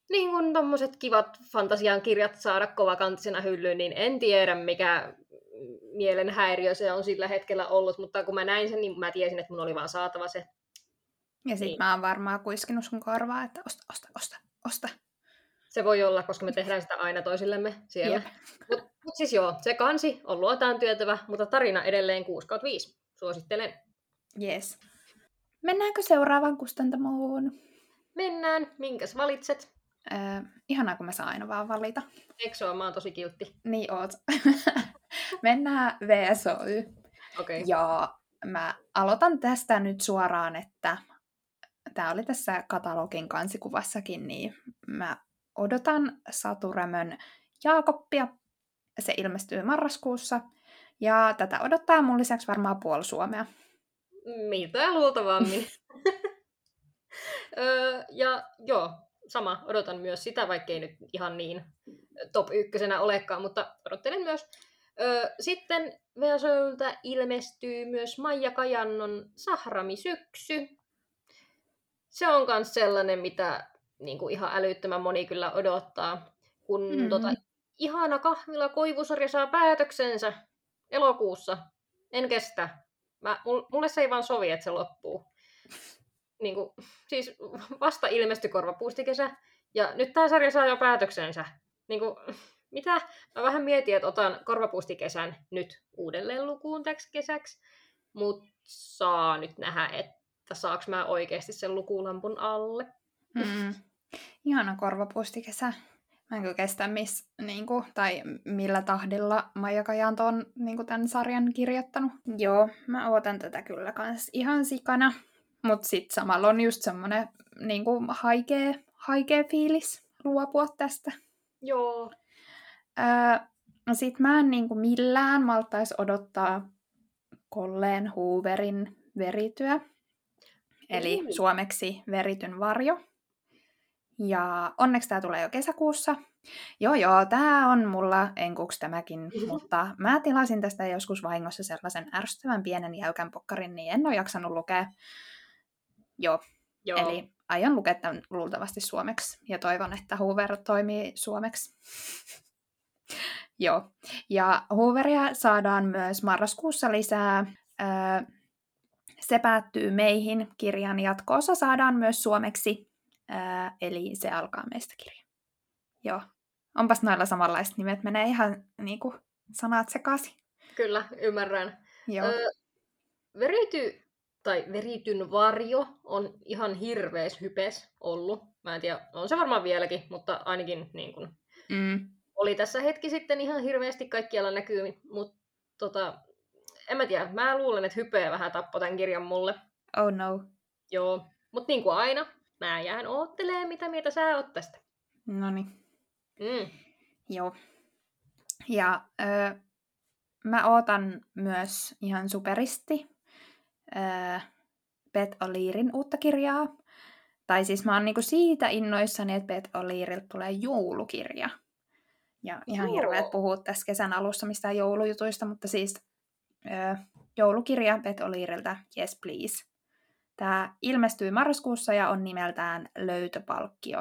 niin kuin tommoset kivat fantasian kirjat saada kovakantisena hyllyyn, niin en tiedä mikä mielenhäiriö se on sillä hetkellä ollut, mutta kun mä näin sen, niin mä tiesin, että mun oli vaan saatava se. Ja sit Niin. mä oon varmaan kuiskinut sun korvaa, että osta, osta, osta, osta. Se voi olla, koska me tehdään sitä aina toisillemme siellä. Mutta mut siis joo, se kansi on luotaan työtävä, mutta tarina edelleen kuusi kautta viisi. Suosittelen. Yes. Mennäänkö seuraavaan kustantamoon? Mennään. Minkäs valitset? Öö, ihanaa, kun mä saan aina vaan valita. Eikö se ole? Mä oon tosi kiltti. Niin oot. Mennään V S O Y. Okay. Ja mä aloitan tästä nyt suoraan, että tää oli tässä katalogin kansikuvassakin, niin mä odotan Satu Rämön Jaakoppia. Se ilmestyy marraskuussa. Ja tätä odottaa mun lisäksi varmaan puoli Suomea. Mitä luultavammin. öö, ja joo, sama. Odotan myös sitä, vaikkei nyt ihan niin top ykkösenä olekaan, mutta odottelen myös. Öö, sitten V S O Yltä ilmestyy myös Maija Kajannon Sahrami Syksy. Se on myös sellainen, mitä niin kuin ihan älyttömän moni kyllä odottaa, kun mm-hmm. tota, ihana Kahvila Koivusarja saa päätöksensä elokuussa. En kestä. Mä, mulle se ei vaan sovi, että se loppuu. Niin kuin, siis vasta ilmestyi Korvapuustikesä, ja nyt tämä sarja saa jo päätöksensä. Niin kuin, mitä? Mä vähän mietin, että otan Korvapuustikesän nyt uudelleen lukuun täksi kesäksi, mutta saa nyt nähdä, että saaks mä oikeasti sen lukulampun alle. Mm. Ihana Korvapuustikesä. Mä en kyllä kestä, miss, niinku, tai millä tahdilla Maija Kajanto on niinku, tämän sarjan kirjoittanut. Joo, mä ootan tätä kyllä kans ihan sikana. Mut sit samalla on just semmonen niinku, haikea, haikea fiilis luopua tästä. Joo. Öö, sit mä en niinku, millään maltais odottaa Colleen Hooverin Verityä. Eli mm. suomeksi Verityn varjo. Ja onneksi tää tulee jo kesäkuussa. Joo joo, tää on mulla enkuksi tämäkin, mutta mä tilasin tästä joskus vahingossa sellaisen ärsyttävän pienen jäykän pokkarin, niin en ole jaksanut lukea. Joo, joo. Eli aion lukea tämän luultavasti suomeksi ja toivon, että Hoover toimii suomeksi. Joo, ja Hooveria saadaan myös marraskuussa lisää. Öö, se päättyy meihin. Kirjan jatko-osa saadaan myös suomeksi. Ää, eli se alkaa meistä kirja. Joo. Onpas noilla samanlaiset nimet. Menee ihan niinku sanat sekaisin. Kyllä, ymmärrän. Joo. Öö, verity, tai Verityn varjo on ihan hirvees hypes ollut. Mä en tiedä, on se varmaan vieläkin, mutta ainakin niin kun mm. oli tässä hetki sitten ihan hirveästi kaikkialla näkyy. Mutta tota, en mä tiedä, mä luulen, että hypeä vähän tappoi tämän kirjan mulle. Oh no. Joo, mutta niin kuin aina. Mä jään oottelee, mitä mieltä sä oot tästä. Noniin. Mm. Joo. Ja öö, mä ootan myös ihan superisti öö, Beth O'Learyn uutta kirjaa. Tai siis mä oon niinku siitä innoissani, että Beth O'Learyltä tulee joulukirja. Ja ihan hirveät puhua tässä kesän alussa mistään joulujutuista, mutta siis öö, joulukirja Beth O'Learyltä, yes please. Tämä ilmestyy marraskuussa ja on nimeltään Löytöpalkkio.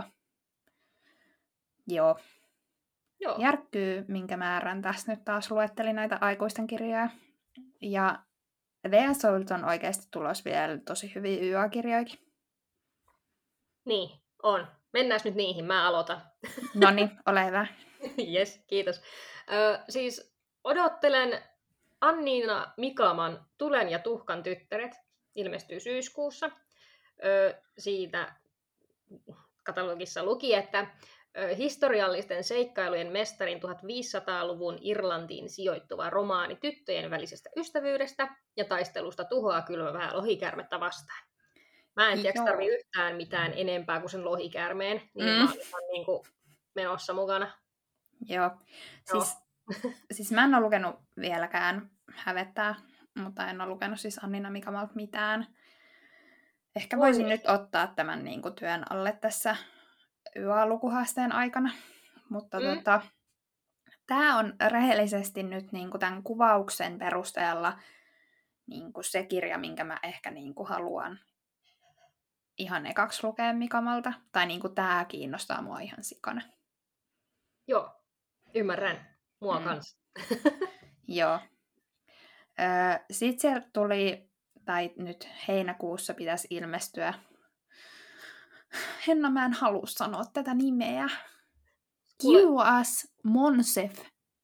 Joo. Joo. Järkkyy, minkä määrän tässä nyt taas luettelin näitä aikuisten kirjoja. Ja V S O:lta on oikeasti tulos vielä tosi hyviä Y A-kirjoikin. Niin, on. Mennään nyt niihin, mä aloitan. Noniin, ole hyvä. Jes, kiitos. Ö, siis odottelen Anniina Mikaman Tulen ja tuhkan tyttäret. Ilmestyy syyskuussa. Ö, siitä katalogissa luki, että ö, historiallisten seikkailujen mestarin viisitoistasadan-luvun Irlantiin sijoittuva romaani tyttöjen välisestä ystävyydestä ja taistelusta tuhoa kylmävää lohikäärmettä vastaan. Mä en tiedä, tarvii yhtään mitään enempää kuin sen lohikäärmeen, niin mm. mä oon ihan niin kuin menossa mukana. Joo. Siis, siis mä en ole lukenut vieläkään, hävettää, mutta en ole lukenut siis Anniina Mikamalta mitään. Ehkä voisin Voi. nyt ottaa tämän niin kuin työn alle tässä Y A-lukuhaasteen aikana. Mutta mm. tota, tämä on rehellisesti nyt niin kuin tämän kuvauksen perusteella niin kuin se kirja, minkä mä ehkä niin kuin haluan ihan ekaksi lukea Mikamalta. Tai niinku tää kiinnostaa mua ihan sikana. Joo, ymmärrän. Mua Mm. kans. Joo. Öö, Sitten siellä tuli, tai nyt heinäkuussa pitäisi ilmestyä. Henna, mä en halua sanoa tätä nimeä. Kuule, Q S Monsef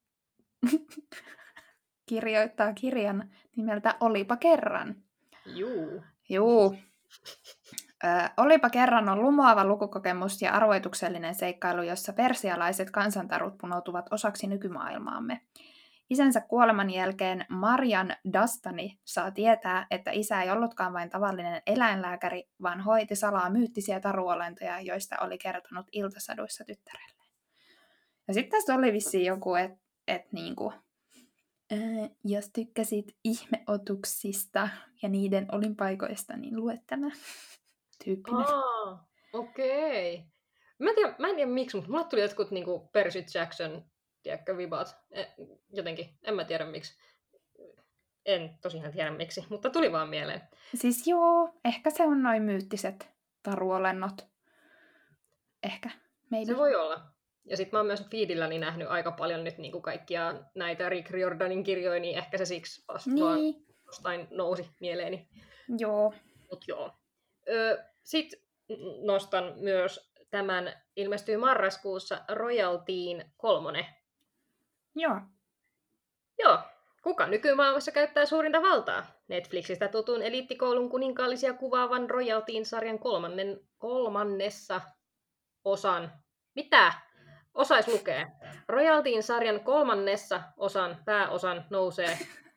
kirjoittaa kirjan nimeltä Olipa kerran. juu. Juu. Ö, Olipa kerran on lumoava lukukokemus ja arvoituksellinen seikkailu, jossa persialaiset kansantarut punoutuvat osaksi nykymaailmaamme. Isänsä kuoleman jälkeen Marjan Dastani saa tietää, että isä ei ollutkaan vain tavallinen eläinlääkäri, vaan hoiti salaa myyttisiä taruolentoja, joista oli kertonut iltasaduissa tyttärelle. Ja sitten tässä oli vissiin joku, että et niinku, ää, jos tykkäsit ihmeotuksista ja niiden olinpaikoista, niin lue tämä tyyppinen. Aa, okei. Okay. Mä, en tiedä, mä en tiedä miksi, mutta mulle tuli jotkut niinku Percy Jackson, tiedätkö, vibat. E, jotenkin, en mä tiedä miksi. En tosiaan tiedä miksi, mutta tuli vaan mieleen. Siis joo, ehkä se on noin myyttiset taruolennot. Ehkä, maybe. Se voi olla. Ja sit mä oon myös feedilläni nähnyt aika paljon nyt niinku kaikkia näitä Rick Riordanin kirjoja, niin ehkä se siksi vasta Niin. vaan jostain nousi mieleeni. Joo. Mut joo. Ö, sit nostan myös tämän, ilmestyy marraskuussa Royaltyin kolmonen. Joo. Joo. Kuka nykymaailmassa käyttää suurinta valtaa? Netflixistä tutun eliittikoulun kuninkaallisia kuvaavan Royaltyin sarjan kolmannen, kolmannessa osan. Mitä? Osais lukea. Royaltyin sarjan kolmannessa osan pääosan nousee.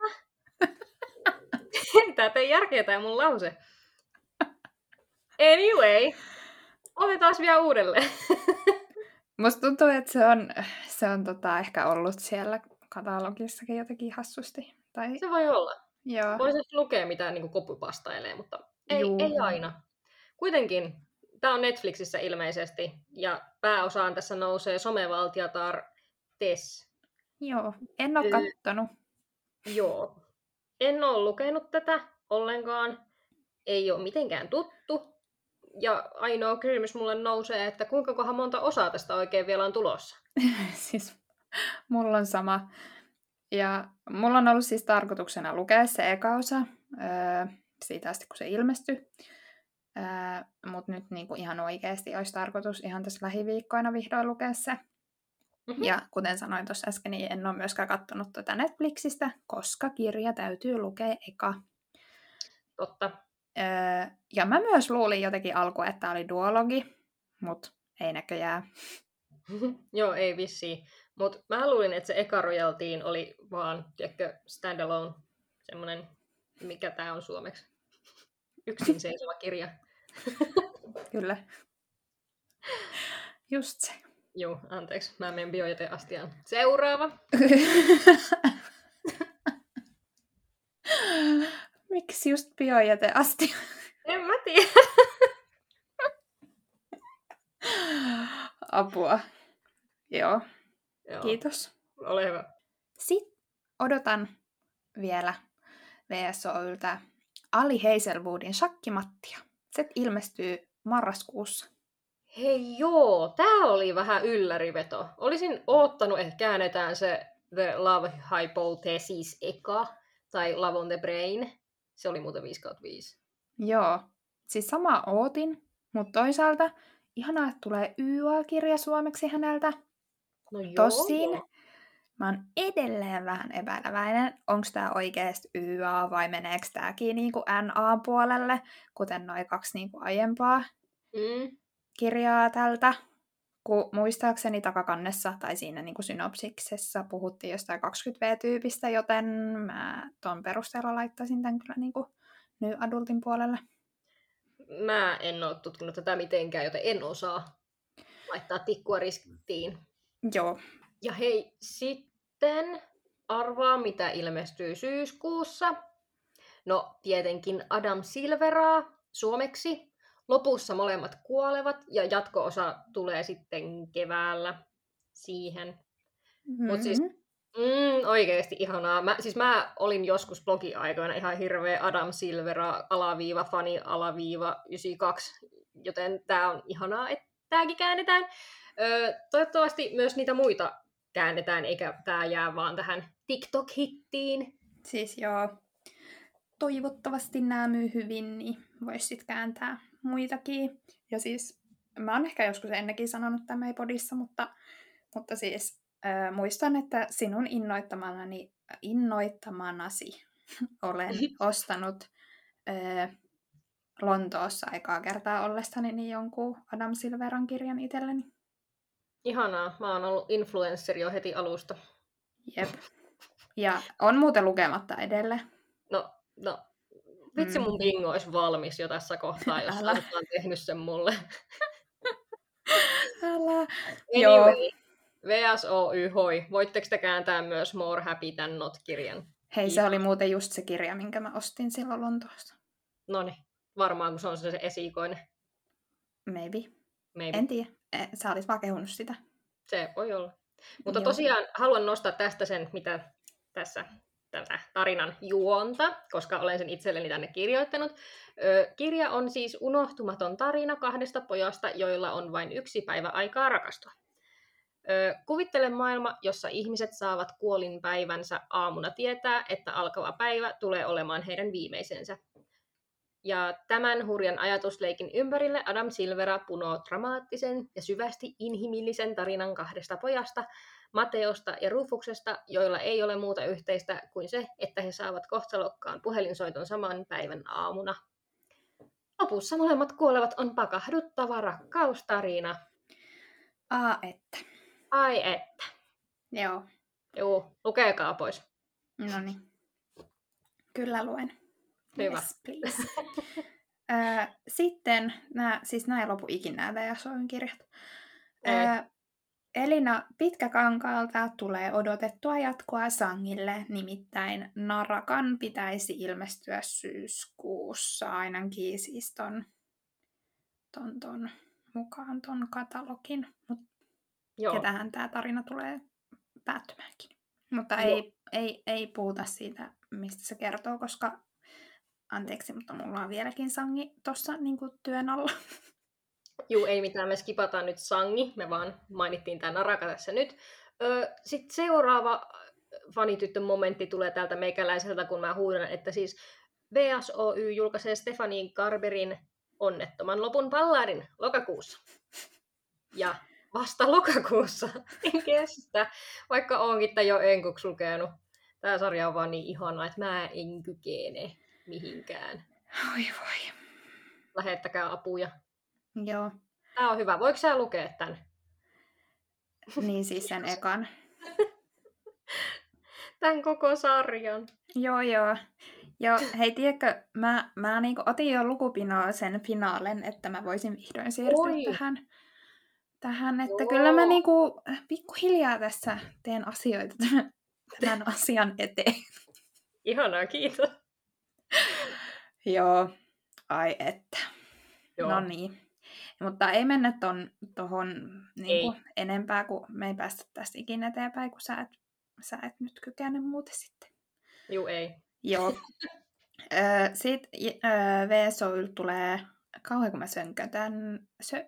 Tää ei järkeä tää mun lause. Anyway. Otetaan vielä uudelleen. Musta tuntuu, että se on, se on tota, ehkä ollut siellä katalogissakin jotenkin hassusti. Tai... Se voi olla. Joo. Voisi lukea mitä niin kopupastailee, mutta ei, ei aina. Kuitenkin, tämä on Netflixissä ilmeisesti, ja pääosaan tässä nousee somevaltiatar Tess. Joo, en ole kattonut. Joo. En ole lukenut tätä ollenkaan. Ei ole mitenkään tuttu. Ja ainoa kysymys mulle nousee, että kuinka kohan monta osaa tästä oikein vielä on tulossa? Siis mulla on sama. Ja mulla on ollut siis tarkoituksena lukea se eka osa, öö, siitä asti kun se ilmestyi. Öö, Mutta nyt niinku ihan oikeasti olisi tarkoitus ihan tässä lähiviikkoina vihdoin lukea se. Mm-hmm. Ja kuten sanoin tuossa äsken, niin en ole myöskään katsonut tätä Netflixistä, koska kirja täytyy lukea eka. Totta. Öö, ja mä myös luulin jotenkin alkuun, että tämä oli duologi, mutta ei näköjään. Joo, ei vissiin. Mutta mä luulin, että se eka Royaltyin oli vaan, tiedätkö, standalone, semmoinen, mikä tää on suomeksi? Yksin seisova kirja. Kyllä. Just se. Joo, anteeksi. Mä menen biojäteastiaan. Seuraava. Miksi just biojäteastia? En mä tiedä. Apua. Joo. Joo. Kiitos. Ole hyvä. Sitten odotan vielä V S Oyltä Ali Hazelwoodin Shakkimattia. Se ilmestyy marraskuussa. Hei joo, tää oli vähän ylläriveto. Olisin oottanut, että käännetään se The Love Hypothesis eka, tai Love on the Brain. Se oli muuten viisi kautta viisi. Joo, siis sama ootin, mutta toisaalta ihanaa, että tulee Y A-kirja suomeksi häneltä. No joo. Tosin mä oon edelleen vähän epäileväinen, onko tää oikeasti Y A vai meneekö tääkin niinku N A-puolelle, kuten noin kaksi niinku aiempaa Mm. kirjaa tältä. Kun muistaakseni takakannessa tai siinä niinku synopsiksessa puhuttiin jostain kaksikymmentä V-tyypistä, joten mä ton perusteella laittaisin tän kyllä niinku New Adultin puolelle. Mä en oo tutkinut tätä mitenkään, joten en osaa laittaa tikkua ristiin. Joo. Ja hei, sitten arvaa, mitä ilmestyy syyskuussa. No, tietenkin Adam Silveraa suomeksi. Lopussa molemmat kuolevat ja jatko-osa tulee sitten keväällä siihen. Mm-hmm. Mutta siis Mm, oikeesti ihanaa. Mä, siis mä olin joskus blogiaikoina ihan hirveä Adam Silvera, alaviiva, fani, alaviiva, yhdeksänkymmentäkaksi, joten tää on ihanaa, että tääkin käännetään. Ö, toivottavasti myös niitä muita käännetään, eikä tää jää vaan tähän TikTok-hittiin. Siis joo, toivottavasti nämä myy hyvin, niin vois sit kääntää muitakin. Ja siis mä oon ehkä joskus ennenkin sanonut tämä podissa, mutta, mutta siis äh, muistan, että sinun innoittamanani, innoittamanasi olen ostanut äh, Lontoossa aikaa kertaa ollessani niin jonkun Adam Silveran kirjan itselleni. Ihanaa. Mä oon ollut influensseri jo heti alusta. Jep. Ja on muuten lukematta edelleen. No, no. Vitsi, mun bingo olisi valmis jo tässä kohtaa, jos Älä. on tehnyt sen mulle. Älä. Anyway, V S O Y, hoi. Voitteko te kääntää myös More Happy Than Not-kirjan? Hei, se oli muuten just se kirja, minkä mä ostin silloin Lontoosta. Noniin, varmaan kun se on se, se esikoinen. Maybe. Maybe. En tiedä. Sä olis vaan kehunut sitä. Se voi olla. Mutta Joo. tosiaan haluan nostaa tästä sen, mitä tässä tätä tarinan juonta, koska olen sen itselleni tänne kirjoittanut. Ö, kirja on siis unohtumaton tarina kahdesta pojasta, joilla on vain yksi päivä aikaa rakastua. Ö, kuvittele maailma, jossa ihmiset saavat kuolinpäivänsä aamuna tietää, että alkava päivä tulee olemaan heidän viimeisensä. Ja tämän hurjan ajatusleikin ympärille Adam Silvera punoo dramaattisen ja syvästi inhimillisen tarinan kahdesta pojasta, Mateosta ja Rufuksesta, joilla ei ole muuta yhteistä kuin se, että he saavat kohtalokkaan puhelinsoiton saman päivän aamuna. Lopussa molemmat kuolevat on pakahduttava rakkaustarina. Aa, että. Ai että. Joo. Joo, lukekaa pois. Noniin. Kyllä luen. Hyvä. Yes, please. Ö, sitten, nää, siis nämä ei lopu ikinä nämä V S O:n kirjat. Ö, Elina Pitkäkankaalta tulee odotettua jatkoa Sangille, nimittäin Narakan pitäisi ilmestyä syyskuussa, ainakin siis ton, ton, ton mukaan ton katalogin. Mut ketähän tämä tarina tulee päättymäänkin. Mutta ei, ei, ei puhuta siitä, mistä se kertoo, koska anteeksi, mutta mulla on vieläkin Sangi tuossa niin työn alla. Juu, ei mitään, me skipataan nyt Sangi, me vaan mainittiin tämä Naraka tässä nyt. Öö, Sitten seuraava fanityttön momentti tulee täältä meikäläiseltä, kun mä huudan, että siis V S O Y julkaisee Stephanie Garberin Onnettoman lopun balladin lokakuussa. Ja vasta lokakuussa, en kestä, vaikka oonkin tämän jo enkuksi lukenut. Tämä sarja on vaan niin ihana, että mä en kykene mihinkään. Oi voi. Lähettäkää apuja. Joo. Tämä on hyvä. Voiko sä lukea tämän? Niin siis sen ekan. Tämän koko sarjan. Joo, joo. Joo, hei, tiedätkö, mä, mä niinku otin jo lukupinoa sen finaalen, että mä voisin vihdoin siirtyä Oi. tähän. tähän. Että Joo. kyllä mä niinku pikkuhiljaa tässä teen asioita tämän, tämän asian eteen. Ihanaa, kiitos. Joo, ai että. Joo. No niin. Mutta ei mennä ton, tohon niinku enempää, kun me ei päästä tästä ikinä eteenpäin, kun sä et, sä et nyt kykene muuten sitten. Juu, ei. Joo. Sitten V S O Y tulee, kauhean kun mä sönkötän. Sö...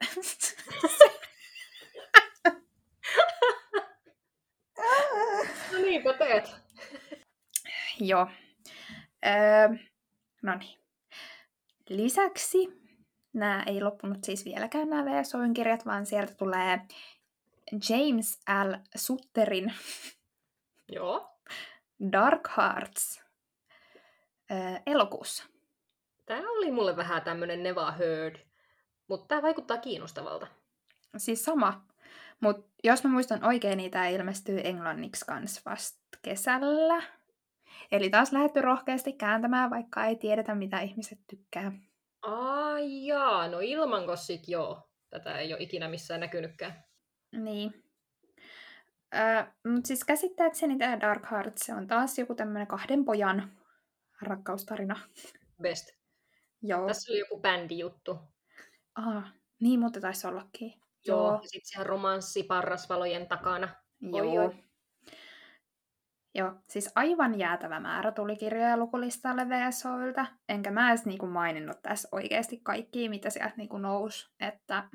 No niinpä teet. Joo. Öö, no niin. Lisäksi nämä ei loppunut siis vieläkään nämä V S O Y:n kirjat, vaan sieltä tulee James L. Sutterin Joo. Dark Hearts öö, elokuussa. Tämä oli mulle vähän tämmönen never heard, mutta tämä vaikuttaa kiinnostavalta. Siis sama. Mutta jos mä muistan oikein, niin tämä ilmestyy englanniksi kans vasta kesällä. Eli taas lähdetty rohkeasti kääntämään, vaikka ei tiedetä, mitä ihmiset tykkää. Ai jaa, no ilmanko sit joo. Tätä ei ole ikinä missään näkynytkään. Niin. Öö, mutta siis käsittääkseni tämä Dark Hearts, se on taas joku tämmönen kahden pojan rakkaustarina. Best. Joo. Tässä oli joku bändijuttu. Aha, niin mutta taisi ollakin. Joo. Ja sitten siellä romanssi parrasvalojen takana. Joo. Oi, oi. Joo, siis aivan jäätävä määrä tuli kirjoja lukulistalle V S O:lta, enkä mä edes niinku maininnut tässä oikeasti kaikkia, mitä sieltä niinku nousi, että...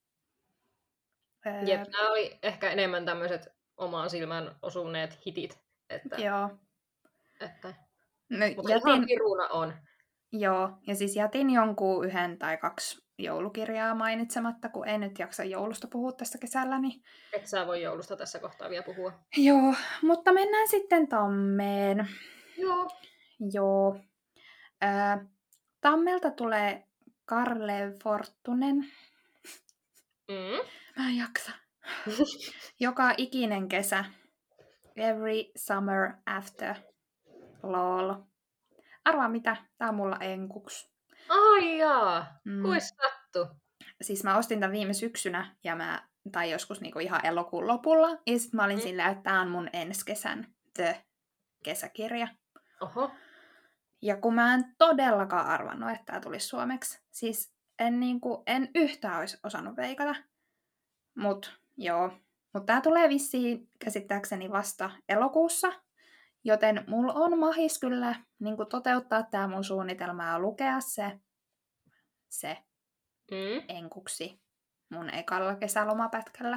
Öö, Jep, nämä oli ehkä enemmän tämmöiset omaan silmään osuneet hitit, että... joo. että... No, Mutta jätin... ihan piruna on. Joo, ja siis jätin jonkun yhden tai kaksi joulukirjaa mainitsematta, kun ei nyt jaksa joulusta puhua tässä kesällä. Niin... Et sä voi joulusta tässä kohtaa vielä puhua. Joo, mutta mennään sitten tammeen. Joo. Joo. Äh, tammelta tulee Karle Fortunen. Mm. Mä en jaksa. Joka ikinen kesä. Every summer after. Lol. Arvaa mitä? Tää on mulla enkuks. Ai jaa, Mm. kuis sattu? Siis mä ostin tän viime syksynä, ja mä, tai joskus niinku ihan elokuun lopulla, ja sit mä olin Mm. sillä, että tää on mun ensi kesän The-kesäkirja. Oho. Ja kun mä en todellakaan arvannut, että tää tulisi suomeksi. Siis en, niinku, en yhtään olisi osannut veikata. Mut joo. Mut tää tulee vissiin käsittääkseni vasta elokuussa. Joten mulla on mahis kyllä niinku toteuttaa tää mun suunnitelma ja lukea se, se Mm. enkuksi mun ekalla kesälomapätkällä.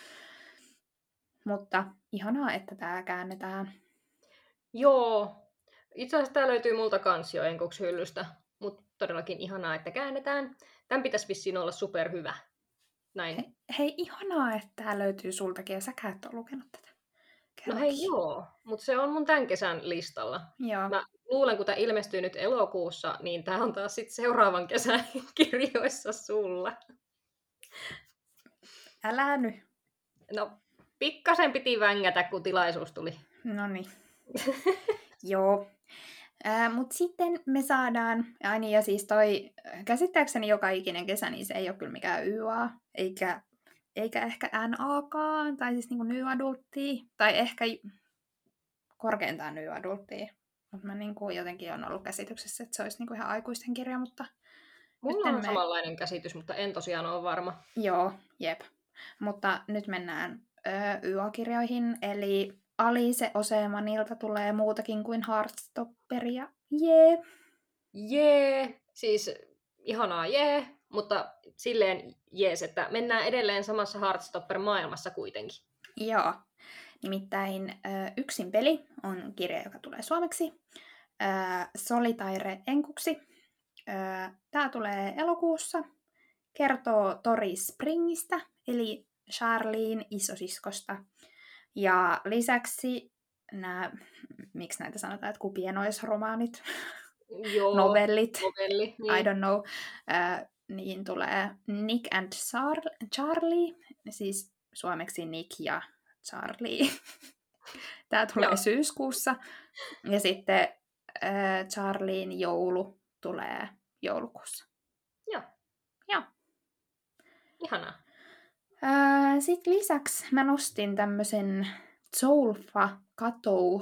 Mutta ihanaa, että tää käännetään. Joo. Itse asiassa tää löytyy multa kans jo enkuks hyllystä, mutta todellakin ihanaa, että käännetään. Tän pitäisi vissiin olla superhyvä. Näin. He, hei, ihanaa, että tää löytyy sultakin ja säkään et ole lukenut tätä. No hei joo, mutta se on mun tämän kesän listalla. Joo. Mä luulen, kun tää ilmestyy nyt elokuussa, niin tää on taas sit seuraavan kesän kirjoissa sulla. Älä nyt. No, pikkasen piti vängätä, kun tilaisuus tuli. Noniin. Joo. Äh, Mutta sitten me saadaan, ja, niin, ja siis toi käsittääkseni joka ikinen kesä, niin se ei ole kyllä mikään Y A, eikä, eikä ehkä N A kaan, tai siis niinku New Adulttia, tai ehkä korkeintaan New Adulttia. Mutta mä niinku jotenkin on ollut käsityksessä, että se olisi niinku ihan aikuisten kirja, mutta... Mulla on me... samanlainen käsitys, mutta en tosiaan ole varma. Joo, jep. Mutta nyt mennään ö, Y A-kirjoihin, eli Alice Osemanilta tulee muutakin kuin Heartstopperia. Jee! Jee! Siis ihanaa jee, mutta silleen jees, että mennään edelleen samassa Heartstopper-maailmassa kuitenkin. Joo. Nimittäin ö, Yksin peli on kirja, joka tulee suomeksi. Ö, Solitaire enkuksi. Ö, Tää tulee elokuussa. Kertoo Tori Springistä, eli Charlien isosiskosta. Ja lisäksi nämä, miksi näitä sanotaan, että kuin pienoisromaanit, Joo, novellit, novelli, niin. I don't know, äh, niin tulee Nick and Char- Charlie, siis suomeksi Nick ja Charlie. Tämä tulee Joo. syyskuussa. Ja sitten äh, Charlien joulu tulee joulukuussa. Joo. Joo. Ihanaa. Äh, Sitten lisäksi mä nostin tämmöisen Zolfa Katou.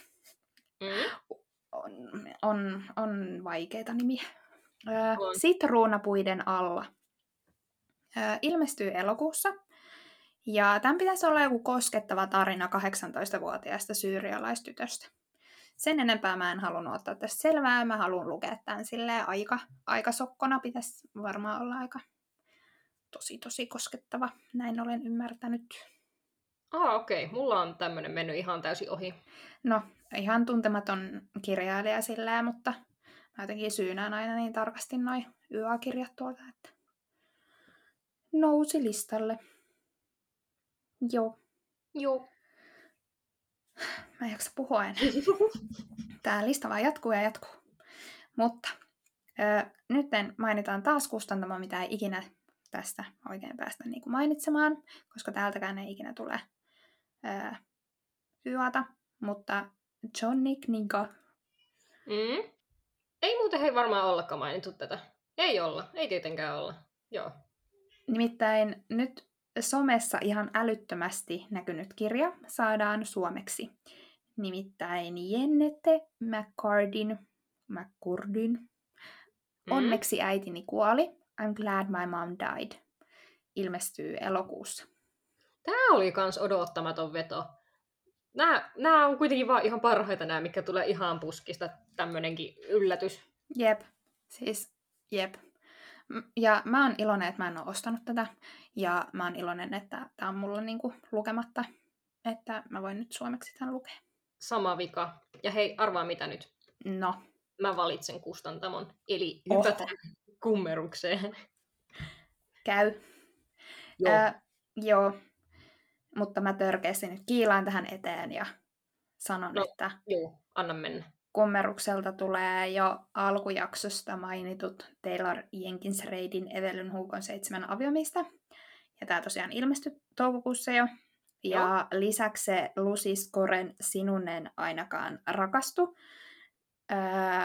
Mm. On, on, on vaikeita nimiä. Ö, On. Sitruunapuiden alla. Ö, ilmestyy elokuussa. Ja tämän pitäisi olla joku koskettava tarina kahdeksantoistavuotiaasta syyrialaistytöstä. Sen enempää mä en halunnut ottaa tästä selvää. Mä haluan lukea tämän silleen aika, aika sokkona. Pitäisi varmaan olla aika tosi tosi koskettava. Näin olen ymmärtänyt. Ah, okei. Okay. Mulla on tämmönen mennyt ihan täysin ohi. No, ihan tuntematon kirjailija silleen, mutta mä jotenkin syynään aina niin tarkasti noi Y A-kirjat tuolta, että nousi listalle. Joo. Joo. Mä en jaksa puhua enää. Tää lista vaan jatkuu ja jatkuu. Mutta ö, nyt mainitaan taas kustantamo, mitä ei ikinä tästä oikein päästä niinku mainitsemaan, koska täältäkään ei ikinä tule ö, Y A:ta, mutta Johnny Kniga. Mm. Ei muuten hei varmaan ollakaan mainittu tätä. Ei olla. Ei tietenkään olla. Joo. Nimittäin nyt somessa ihan älyttömästi näkynyt kirja saadaan suomeksi. Nimittäin Jennette McCardin, McCurdyn. Mm. Onneksi äitini kuoli. I'm glad my mom died. Ilmestyy elokuussa. Tää oli kans odottamaton veto. Nämä, nämä on kuitenkin vaan ihan parhaita nämä, mikä tulee ihan puskista, tämmönenkin yllätys. Jep, siis jep. Ja mä oon iloinen, että mä en ole ostanut tätä. Ja mä oon iloinen, että tää on mulla niinku lukematta. Että mä voin nyt suomeksi tämän lukea. Sama vika. Ja hei, arvaa mitä nyt. No. Mä valitsen kustantamon. Eli hypätään kummerukseen. Käy. Joo. Ää, joo. Mutta mä törkeästi nyt kiilaan tähän eteen ja sanon, no, että joo, anna mennä. Kummerukselta tulee jo alkujaksosta mainitut Taylor Jenkins Reidin Evelyn Hugon seitsemän aviomiestä. Ja tää tosiaan ilmestyi toukokuussa jo. Ja joo. Lisäksi se Lucy Scoren Sinunen ainakaan rakastu. Öö,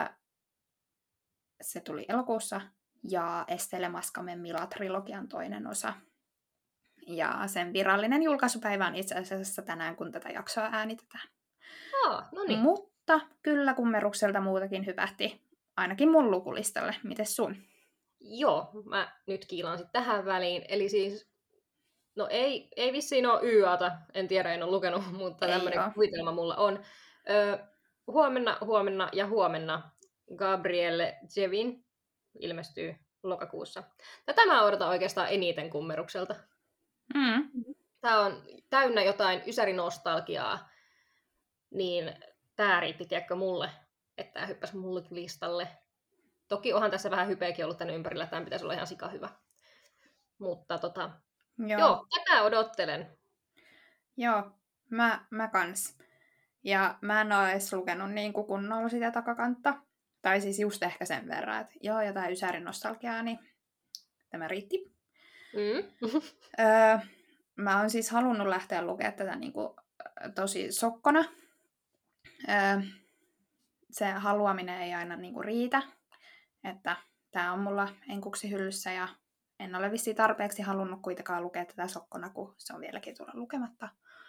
se tuli elokuussa. Ja Estelle Maskamen Mila-trilogian toinen osa. Ja sen virallinen julkaisupäivä on itse asiassa tänään, kun tätä jaksoa äänitetään. Aa, no niin. Mutta kyllä Kummerukselta muutakin hypähti. Ainakin mun lukulistalle. Mites sun? Joo, mä nyt kiilaan sitten tähän väliin. Eli siis, no ei, ei vissiin ole Y A:ta, en tiedä, en ole lukenut, mutta tämmöinen kuvitelma mulla on. Öö, huomenna, huomenna ja huomenna Gabrielle Jevin ilmestyy lokakuussa. Tätä mä odotan oikeastaan eniten Kummerukselta. Mm. Tää on täynnä jotain ysärinostalgiaa, niin tää riitti, tiedätkö, mulle, että tää hyppäsi mulle listalle. Toki onhan tässä vähän hypeäkin ollut tänne ympärillä, tämän pitäisi olla ihan sika hyvä. Mutta tota, joo, joo tätä odottelen. Joo, mä, mä kans. Ja mä en ole edes lukenut niin kuin kunnolla sitä takakantta. Tai siis just ehkä sen verran, että joo, jotain ysärin nostalgiaa, niin tämä riitti. Mm. öö, mä oon siis halunnut lähteä lukemaan tätä niin kuin, tosi sokkona. Öö, se haluaminen ei aina niin kuin riitä. Että tää on mulla enkuksi hyllyssä ja en ole vissiin tarpeeksi halunnut kuitenkaan lukea tätä sokkona, kun se on vieläkin tuolla lukematta.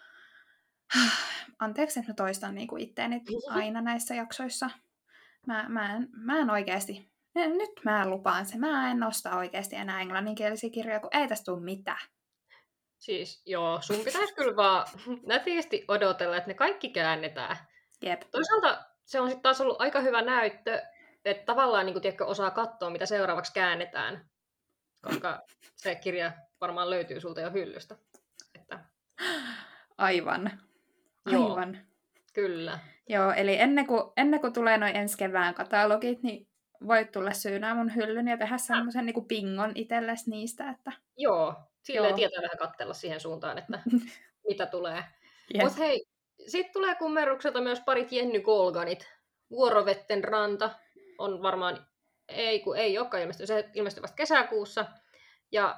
Anteeksi, että mä toistan niinku itteeni aina näissä jaksoissa. Mä, mä, en, mä en oikeasti, nyt mä lupaan se, mä en osta oikeasti enää englanninkielisiä kirjoja, kun ei tästä tule mitään. Siis joo, sun pitäisi kyllä vaan nätisti odotella, että ne kaikki käännetään. Jep. Toisaalta se on sitten taas ollut aika hyvä näyttö, että tavallaan niin kun, tiedätkö, osaa katsoa, mitä seuraavaksi käännetään, koska se kirja varmaan löytyy sulta jo hyllystä. Että... Aivan. Aivan. Joo, kyllä. Joo, eli ennen kuin, ennen kuin tulee noin ensi kevään katalogit, niin voit tulla syynää mun hyllyn ja tehdä semmoisen niin kuin pingon itsellesi niistä. Että... Joo, silleen tietää vähän katsella siihen suuntaan, että mitä tulee. Mutta hei, sitten tulee Kummerukselta myös parit Jenny Colganit. Vuorovetten ranta on varmaan, ei kun ei olekaan ilmestynyt, se ilmestyi vasta kesäkuussa. Ja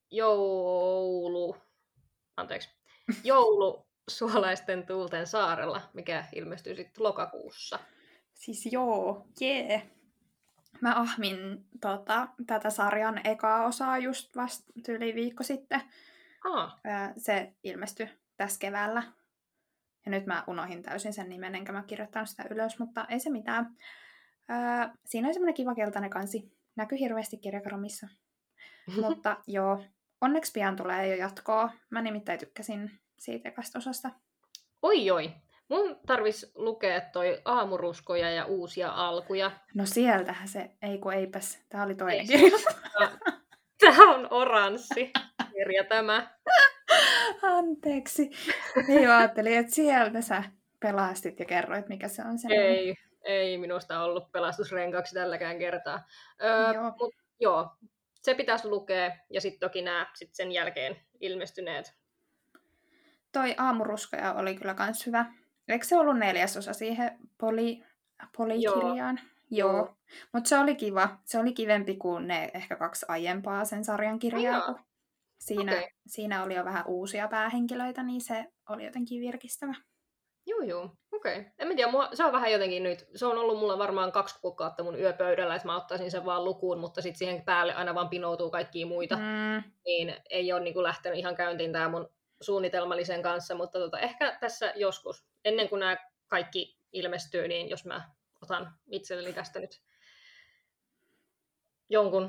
joulu, anteeksi, joulu Suolaisten tuulten saarella, mikä ilmestyy sitten lokakuussa. Siis joo, jee. Yeah. Mä ahmin tota, tätä sarjan ekaa osaa just vasta yli viikko sitten. Ah. Se ilmestyi tässä keväällä. Ja nyt mä unohin täysin sen nimen, enkä mä kirjoittanut sitä ylös, mutta ei se mitään. Öö, siinä on semmoinen kiva keltainen kansi. Näkyy hirveästi kirjakaromissa. Mutta joo, onneksi pian tulee jo jatkoa. Mä nimittäin tykkäsin siitä ekasta osasta. Oi oi. Mun tarvis lukea toi Aamuruskoja ja uusia alkuja. No sieltähän se, ei kun eipäs. Tää oli toinen ei, kirja. Tää on oranssi kirja tämä. Anteeksi. Niin ajattelin, että sieltä sä pelastit ja kerroit, mikä se on. Sen ei, nimi. Ei minusta ollut pelastusrenkaksi tälläkään kertaa. Öö, joo. Mut, joo, se pitäisi lukea ja sitten toki nämä sit sen jälkeen ilmestyneet. Toi Aamuruskoja oli kyllä kans hyvä. Eikö se ollut neljäsosa siihen poli, polikirjaan? Joo. Joo. Mutta se oli kiva. Se oli kivempi kuin ne ehkä kaksi aiempaa sen sarjan kirjaa. Oh, siinä, okay. siinä oli jo vähän uusia päähenkilöitä, niin se oli jotenkin virkistävä. Joo, joo. Okei. Okay. En mä tiedä, mua, se on vähän jotenkin nyt, se on ollut mulla varmaan kaksi kuukautta mun yöpöydällä, että mä ottaisin sen vaan lukuun, mutta sitten siihen päälle aina vaan pinoutuu kaikkia muita. Mm. Niin ei ole niin kuin lähtenyt ihan käyntiin tää mun suunnitelmallisen kanssa, mutta tota, ehkä tässä joskus, ennen kuin nämä kaikki ilmestyy, niin jos mä otan itselleni tästä nyt jonkun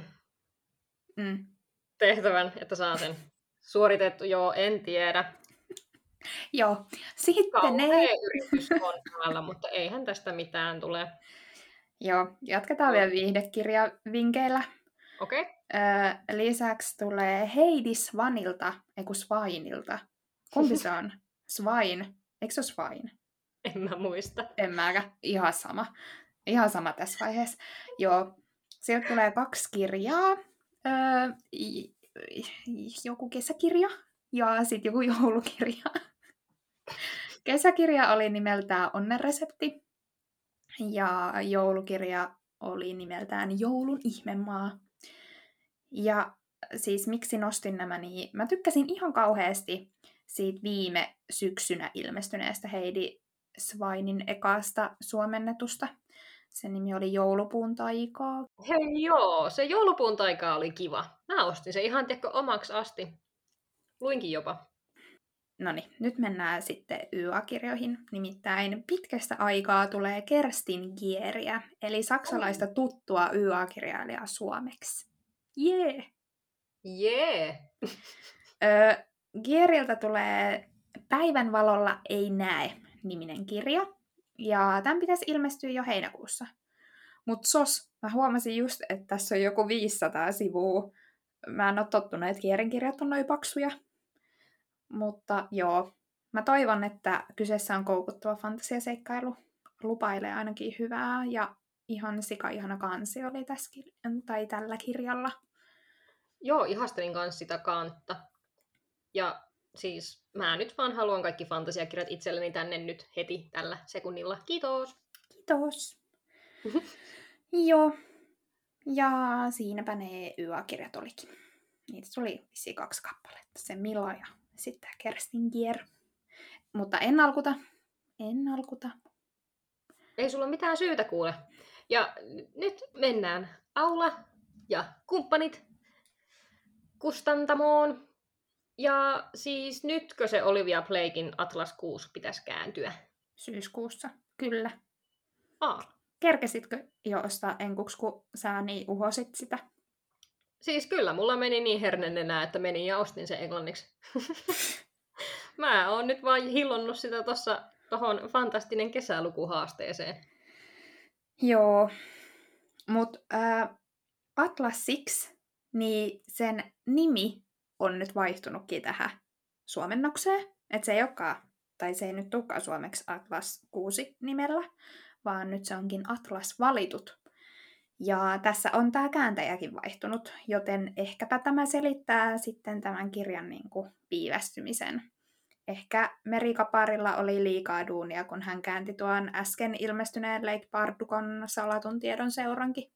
mm. tehtävän, että saan sen suoritettu, joo, en tiedä. Joo. Sitten ne... Kauhea yritys on alla, mutta eihän tästä mitään tule. Joo, jatketaan Joo. vielä viihdekirjavinkkeillä. Okei. Okay. Öö, lisäksi tulee Heidi Svanilta, ei kun Svainilta. Kumpi se on? Svain. Eikö se ole Svain? En mä muista. En mäkä. Ihan sama. Ihan sama tässä vaiheessa. Joo. Sieltä tulee kaksi kirjaa. Öö, joku kesäkirja ja sitten joku joulukirja. Kesäkirja oli nimeltään Onnenresepti ja joulukirja oli nimeltään Joulun ihmemaa. Ja siis miksi nostin nämä, niin mä tykkäsin ihan kauheasti siitä viime syksynä ilmestyneestä Heidi Svainin ekasta suomennetusta. Sen nimi oli Joulupuun taikaa. Hei joo, se Joulupuun taikaa oli kiva. Mä ostin se ihan tiedätkö omaksi asti. Luinkin jopa. Noniin, nyt mennään sitten Y A-kirjoihin. Nimittäin pitkästä aikaa tulee Kerstin Gieriä, eli saksalaista tuttua Y A-kirjailijaa suomeksi. Jee! Jee! Öö, Gieriltä tulee Päivänvalolla ei näe -niminen kirja. Ja tämän pitäisi ilmestyä jo heinäkuussa. Mut sos, mä huomasin just, että tässä on joku viisisataa sivua. Mä en oo tottunut, että Gierin kirjat on noin paksuja. Mutta joo, mä toivon, että kyseessä on koukuttava fantasiaseikkailu. Lupailee ainakin hyvää ja ihan sika-ihana kansi oli tässä kir- tai tällä kirjalla. Joo, ihastelin kanssa sitä kantta. Ja siis mä nyt vaan haluan kaikki fantasiakirjat itselleni tänne nyt heti tällä sekunnilla. Kiitos! Kiitos! Joo. Ja siinäpä ne Y A-kirjat olikin. Niitä tuli vissiin kaksi kappaletta. Se Mila ja sitten Kerstin Gier. Mutta en alkuta. En alkuta. Ei sulla mitään syytä kuule. Ja nyt mennään Aula ja kumppanit kustantamoon. Ja siis nytkö se Olivia Blaken Atlas kuusi pitäisi kääntyä? Syyskuussa, kyllä. Aa. Kerkesitkö jo ostaa enkuksi, kun sä niin uhosit sitä? Siis kyllä, mulla meni niin hernenenä, että menin ja ostin sen englanniksi. Mä oon nyt vaan hillonnut sitä tossa tohon fantastinen kesälukuhaasteeseen. Joo, mut äh, Atlas siksi, niin sen nimi on nyt vaihtunutkin tähän suomennokseen. Että se ei olekaan, tai se ei nyt tulekaan suomeksi Atlas kuusi nimellä, vaan nyt se onkin Atlas valitut. Ja tässä on tämä kääntäjäkin vaihtunut, joten ehkäpä tämä selittää sitten tämän kirjan niin kuin viivästymisen. Ehkä Merikaparilla oli liikaa duunia, kun hän käänti tuon äsken ilmestyneen Late Bardukon salatun tiedon seurankin.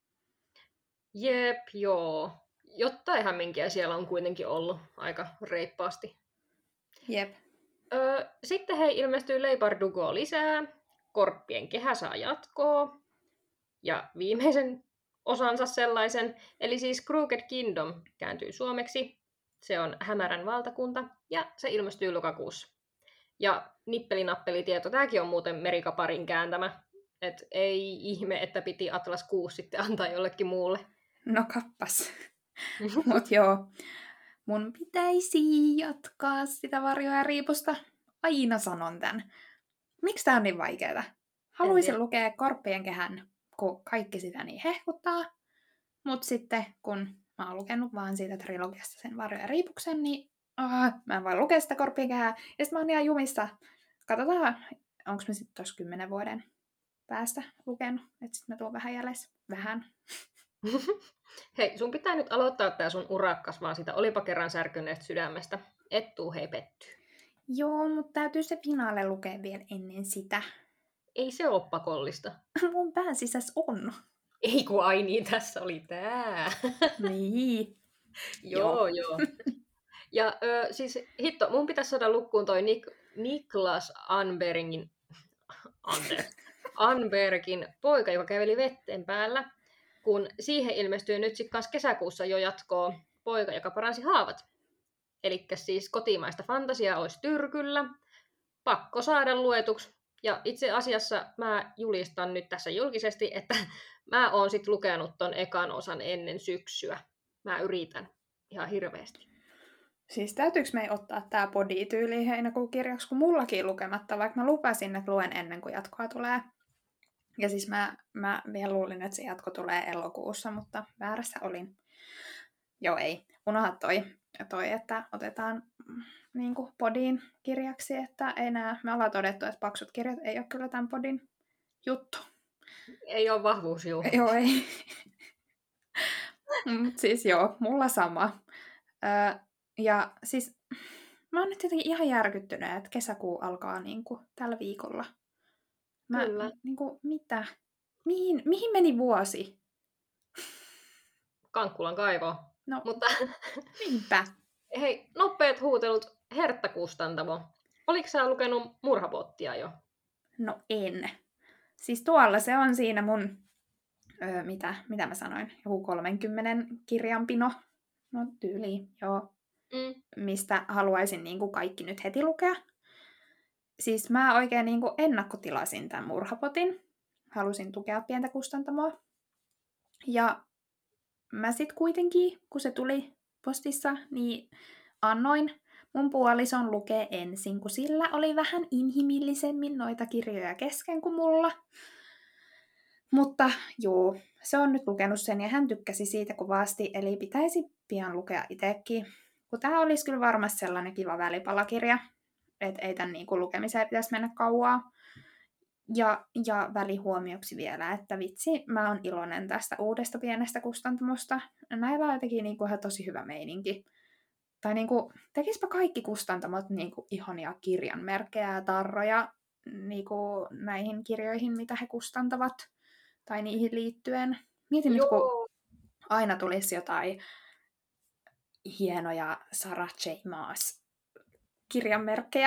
Jep, joo. Jotain hämminkiä siellä on kuitenkin ollut aika reippaasti. Jep. Öö, sitten hei, ilmestyy Le Bardugo lisää. Korppien kehä saa jatkoa. Ja viimeisen osansa sellaisen, eli siis Crooked Kingdom kääntyy suomeksi. Se on Hämärän valtakunta ja se ilmestyy lokakuussa. Ja nippelinappelitieto, tämäkin on muuten Merikaparin kääntämä. Et ei ihme, että piti Atlas kuusi sitten antaa jollekin muulle. No kappas. Mut joo, mun pitäisi jatkaa sitä Varjoa ja Riipusta. Aina sanon tän. Miksi tää on niin vaikeeta? Haluaisin lukea Korppien kehän, kun kaikki sitä niin hehkuttaa. Mut sitten, kun mä oon lukenut vaan siitä trilogiasta sen Varjo ja Riipuksen, niin oh, mä en voi lukea sitä Korppien kehää. Ja sit mä oon ihan jumissa. Katsotaan, onko mä sitten tuossa kymmenen vuoden päästä lukenut. Että sit mä tuon vähän jäljessä. Vähän. Hei, sun pitää nyt aloittaa tää sun urakkas vaan siitä olipa kerran särkyneestä sydämestä. Et tuu hei pettyy. Joo, mutta täytyy se finaale lukea vielä ennen sitä. Ei se oo pakollista. Mun pään sisässä on. Ei kun ai niin, tässä oli tää. Niin. joo, joo. Ja ö, siis hitto, mun pitäisi saada lukkuun toi Nik- Niklas Anbergin, Ander, Anbergin poika, joka käveli vetten päällä. Kun siihen ilmestyy nyt sitten kanssa kesäkuussa jo jatkoa Poika, joka paransi haavat. Elikkä siis kotimaista fantasiaa olisi tyrkyllä. Pakko saada luetuksi. Ja itse asiassa mä julistan nyt tässä julkisesti, että mä oon sit lukenut ton ekan osan ennen syksyä. Mä yritän ihan hirveästi. Siis täytyykö me ottaa tää podi-tyyliin heinäkuun kirjaksi, kun mullakin lukematta, vaikka mä lupasin, että luen ennen kuin jatkoa tulee. Ja siis mä, mä vielä luulin, että se jatko tulee elokuussa, mutta väärässä olin. Joo, ei. Unohda toi, toi että otetaan niin kuin podin kirjaksi, että ei nää, me ollaan todettu, että paksut kirjat ei ole kyllä tämän podin juttu. Ei ole vahvuus, juu. Joo, ei. Mut siis joo, mulla sama. Öö, ja siis mä oon nyt jotenkin ihan järkyttynyt, että kesäkuu alkaa niin kuin tällä viikolla. Mä, Kyllä. niin kuin, mitä? Mihin, mihin meni vuosi? Kankkulan kaivo. No, Mutta niinpä. hei, nopeat huutelut, Hertta Kustantamo. Oliko sä lukenut Murhapottia jo? No en. Siis tuolla se on siinä mun, öö, mitä, mitä mä sanoin, joku kolmenkymmenen kirjanpino. No tyyliin, joo. Mm. Mistä haluaisin niin kuin kaikki nyt heti lukea. Siis mä oikein niin kuin ennakkotilasin tämän Murhapotin. Halusin tukea pientä kustantamoa. Ja mä sit kuitenkin, kun se tuli postissa, niin annoin mun puolison lukee ensin, kun sillä oli vähän inhimillisemmin noita kirjoja kesken kuin mulla. Mutta joo, se on nyt lukenut sen ja hän tykkäsi siitä kovasti, eli pitäisi pian lukea itsekin. Kun tää olisi kyllä varmasti sellainen kiva välipalakirja, että ei tän niinku lukemiseen pitäisi mennä kauaa. Ja, ja välihuomioksi vielä, että vitsi, mä oon iloinen tästä uudesta pienestä kustantamosta. Näillä on jotenkin niinku ihan tosi hyvä meininki. Tai niinku, tekispä kaikki kustantamot niinku ihania kirjanmerkkejä ja tarroja niinku näihin kirjoihin, mitä he kustantavat. Tai niihin liittyen. Mietin nyt, kun aina tulisi jotain hienoja Sarah J. Maas kirjanmerkkejä.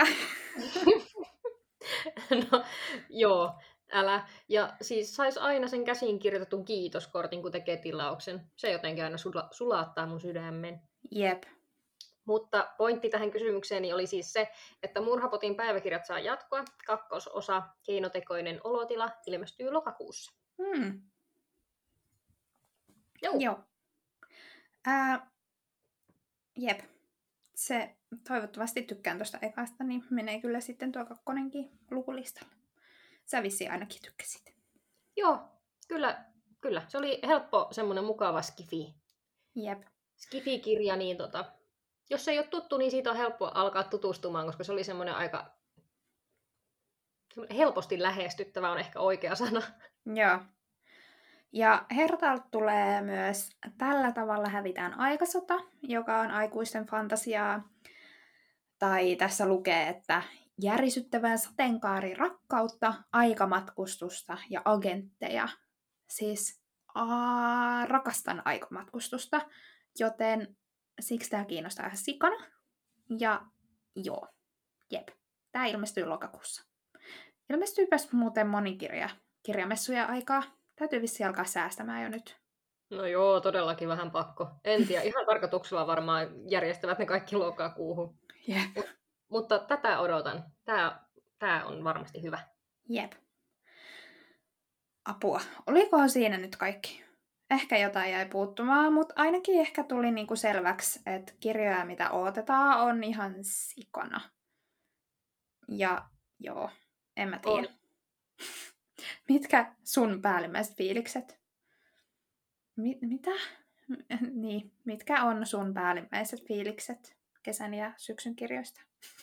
No, joo, älä. Ja siis sais aina sen käsin kirjoitetun kiitoskortin, kun tekee tilauksen. Se jotenkin aina sula- sulaattaa mun sydämen. Jep. Mutta pointti tähän kysymykseeni oli siis se, että Murhapotin päiväkirjat saa jatkoa. Kakkososa, keinotekoinen olotila, ilmestyy lokakuussa. Hmm. Joo. Joo. Ää, jep. Se toivottavasti tykkään tuosta ekasta, niin menee kyllä sitten tuo kakkonenkin lukulistalle. Sä vissiin ainakin tykkäsit. Joo, kyllä, kyllä. Se oli helppo, semmoinen mukava skifi. Jep. Skifi-kirja, niin tota, jos se ei ole tuttu, niin siitä on helppo alkaa tutustumaan, koska se oli semmoinen aika semmoinen helposti lähestyttävä on ehkä oikea sana. Joo. Ja Hertalta tulee myös Tällä tavalla hävitään aikasota, joka on aikuisten fantasiaa. Tai tässä lukee, että järisyttävää sateenkaari rakkautta, aikamatkustusta ja agentteja. Siis aa, rakastan aikamatkustusta, joten siksi tämä kiinnostaa ihan sikana. Ja joo, jep, tämä ilmestyy lokakuussa. Ilmestyypäs muuten monikirja kirjamessuja aikaa. Täytyy vissiin alkaa säästämään jo nyt. No joo, todellakin vähän pakko. En tiedä, ihan tarkoituksella varmaan järjestävät ne kaikki lokakuuhun. Jep. Mut, mutta tätä odotan. Tää, tää on varmasti hyvä. Jep. Apua. Olikohan siinä nyt kaikki? Ehkä jotain jäi puuttumaan, mutta ainakin ehkä tuli niinku selväksi, että kirjoja, mitä odotetaan, on ihan sikana. Ja joo, en mä tiedä. Mitkä sun päällimmäiset fiilikset? Mi- mitä? Niin, mitkä on sun päällimmäiset fiilikset kesän ja syksyn kirjoista?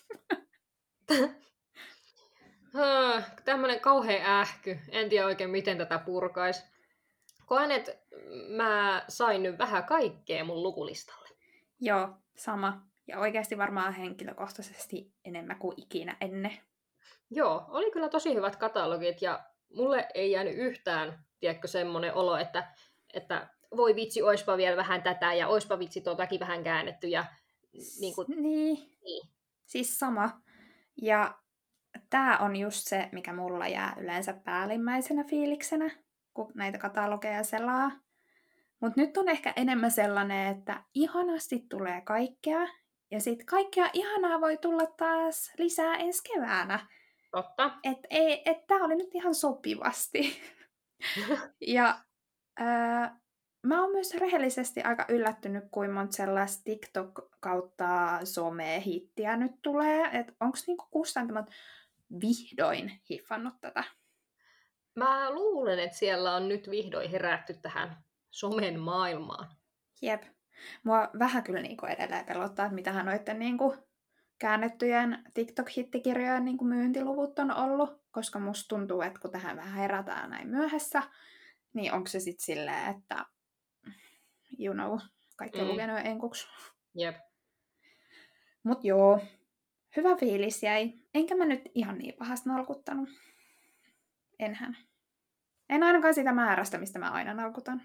Tämmönen kauhea ähky. En tiedä oikein, miten tätä purkais. Koen, että mä sain nyt vähän kaikkea mun lukulistalle. Joo, sama. Ja oikeasti varmaan henkilökohtaisesti enemmän kuin ikinä ennen. Joo, oli kyllä tosi hyvät katalogit ja mulle ei jäänyt yhtään, tiedätkö, semmoinen olo, että, että voi vitsi, oispa vielä vähän tätä ja oispa vitsi tuotakin vähän käännetty. Ja, niin, kuin... niin. niin. Siis sama. Ja tää on just se, mikä mulla jää yleensä päällimmäisenä fiiliksenä, kun näitä katalogeja selaa. Mut nyt on ehkä enemmän sellainen, että ihanasti tulee kaikkea. Ja sit kaikkea ihanaa voi tulla taas lisää ensi keväänä. Totta. Että et tää oli nyt ihan sopivasti. Ja ää, mä oon myös rehellisesti aika yllättynyt, kuinka monta sellaista TikTok kautta some-hittiä nyt tulee. Että onko niinku kustantamat vihdoin hiffannut tätä? Mä luulen, että siellä on nyt vihdoin herätty tähän somen maailmaan. Jep. Mua vähän kyllä niinku edelleen pelottaa, että mitähän noiden niinku käännettyjen TikTok-hittikirjojen niinku myyntiluvut on ollut, koska musta tuntuu, että kun tähän vähän herätään näin myöhässä, niin onko se sitten silleen, että you know, kaikki on Mm. lukenut enkuksi. Jep. Mut joo, hyvä fiilis jäi. Enkä mä nyt ihan niin pahasti nalkuttanut. Enhän. En ainakaan sitä määrästä, mistä mä aina nalkutan.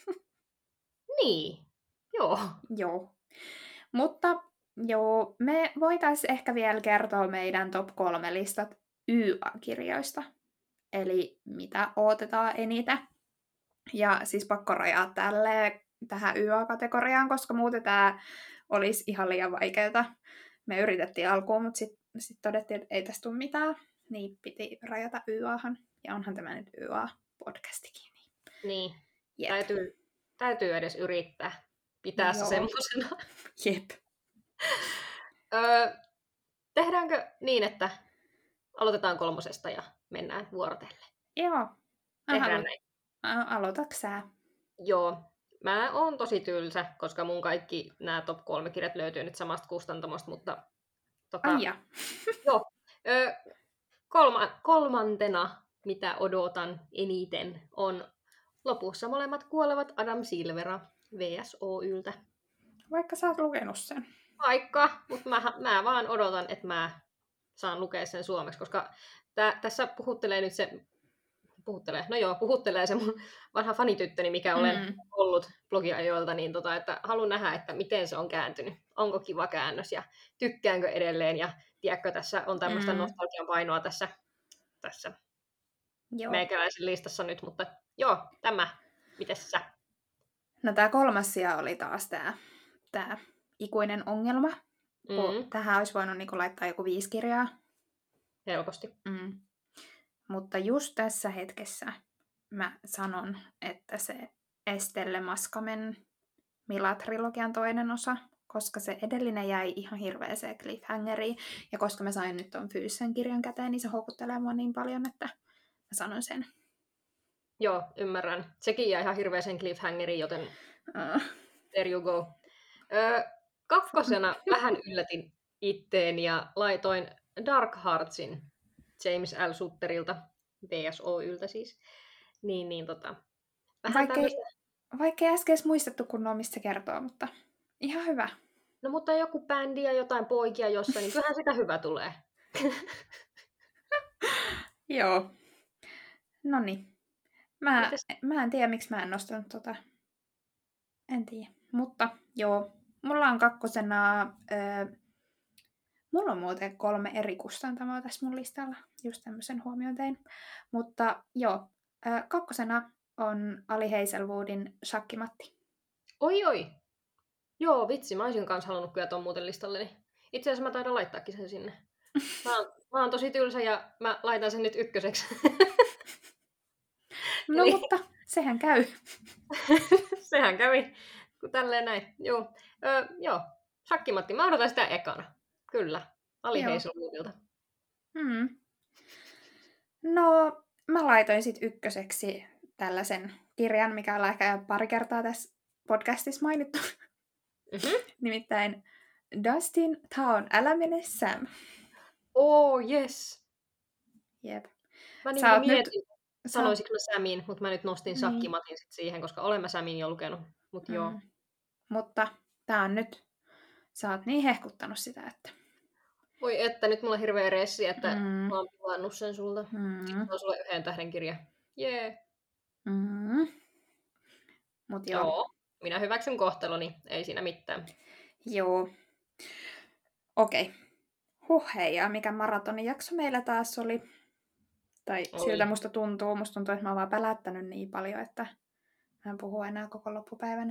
Niin, joo. Joo. Mutta joo, me voitaisiin ehkä vielä kertoa meidän top kolme listat Y A-kirjoista. Eli mitä odotetaan eniten. Ja siis pakko rajaa tälleen tähän Y A-kategoriaan, koska muuten tämä olisi ihan liian vaikeaa. Me yritettiin alkuun, mutta sitten sit todettiin, että ei tästä tule mitään. Niin piti rajata Y A:han. Ja onhan tämä nyt Y A-podcastikin. Niin, Jep. täytyy, täytyy edes yrittää pitää se Joo. semmoisena. Jep. Öö, tehdäänkö niin, että aloitetaan kolmosesta ja mennään vuorotellen? Joo. Tehdään Aha, näin. a- aloitatko sä? Joo. Mä oon tosi tylsä, koska mun kaikki nämä top kolme kirjat löytyy nyt samasta kustantamosta, mutta tota, Ai ja. joo. Öö, kolma, kolmantena, mitä odotan eniten, on Lopussa molemmat kuolevat Adam Silvera V S Oy:ltä. Vaikka sä oot lukenut sen. Vaikka, mutta mä, mä vaan odotan, että mä saan lukea sen suomeksi, koska tää, tässä puhuttelee nyt se, puhuttelee, no joo, puhuttelee se mun vanha fanityttöni, mikä olen Mm. ollut blogiajoilta, niin tota, että haluan nähdä, että miten se on kääntynyt. Onko kiva käännös ja tykkäänkö edelleen ja tiedätkö, tässä on tämmöistä Mm. nostalgian painoa tässä, tässä Joo. meikäläisen listassa nyt, mutta joo, tämä, mites sä? No tää kolmas sija oli taas tää, tää ikuinen ongelma. Kun Mm, tähän olisi voinut niinku laittaa joku viisi kirjaa. helposti. Mm. Mutta just tässä hetkessä mä sanon, että se Estelle Maskamen Mila-trilogian toinen osa, koska se edellinen jäi ihan hirveeseen cliffhangeriin. Ja koska mä sain nyt ton fyysisen kirjan käteen, niin se houkuttelee mua niin paljon, että mä sanon sen. Joo, ymmärrän. Sekin jää ihan hirveäsen cliffhangeriin, joten Uh. there you go. Öö, kakkosena vähän yllätin itteen ja laitoin Dark Heartsin James L. Sutterilta, V S Oy:ltä siis. Niin, niin tota. Vähän Vaikkei, tämmöistä. vaikkei äsken edes muistettu kunnolla, mistä se kertoo, mutta ihan hyvä. No mutta joku bändi ja jotain poikia jossain, niin kyllähän sitä hyvä tulee. Joo. Noniin. Mä, Mites? mä en tiedä, miksi mä en nostanut tota. En tiedä. Mutta joo. Mulla on kakkosena... Öö, mulla on muuten kolme eri kustantamoa tässä mun listalla. Just tämmöisen huomioon tein. Mutta joo. Öö, kakkosena on Ali Hazelwoodin Shakkimatti. Oi oi. Joo, vitsi, mä olisin kanssa halunnut kyllä ton muuten listalleni. Itse asiassa mä taidan laittaakin sen sinne. Mä oon, mä oon tosi tylsä ja mä laitan sen nyt ykköseksi. No Eli- mutta sehän käy. Sehän kävi, kun tälleen näin. Joo, öö, joo. Shakkimatti, mä odotan sitä ekana. Kyllä, Ali Joo. Hazelwoodilta. Hmm. No, mä laitoin sit ykköseksi tällaisen kirjan, mikä on ehkä pari kertaa tässä podcastissa mainittu. Mm-hmm. Nimittäin Dustin Town, älä mene Sam. Oh, yes. Jep. Mä niin Sä oot mietin, nyt- nyt... Sä sanoisinko mä Samin, mutta mä nyt nostin Niin. Shakkimatin sit siihen, koska olen mä Samin jo lukenut. Mut joo. Mm. Mutta tää on nyt, sä oot niin hehkuttanut sitä, että... Voi että, nyt mulla on hirveä ressi, että Mm. mä oon pilannut sen sulta. Mm. Se on sulle yhden tähden kirja. Jee. Yeah. Mm. Mut joo. Joo. joo. Minä hyväksyn kohteloni, ei siinä mitään. Joo. Okei. Huh hei, ja mikä maratonin jakso meillä taas oli? Tai Oli. siltä musta tuntuu. Musta tuntuu, että mä oon vaan pälättänyt niin paljon, että mä en puhu enää koko loppupäivänä.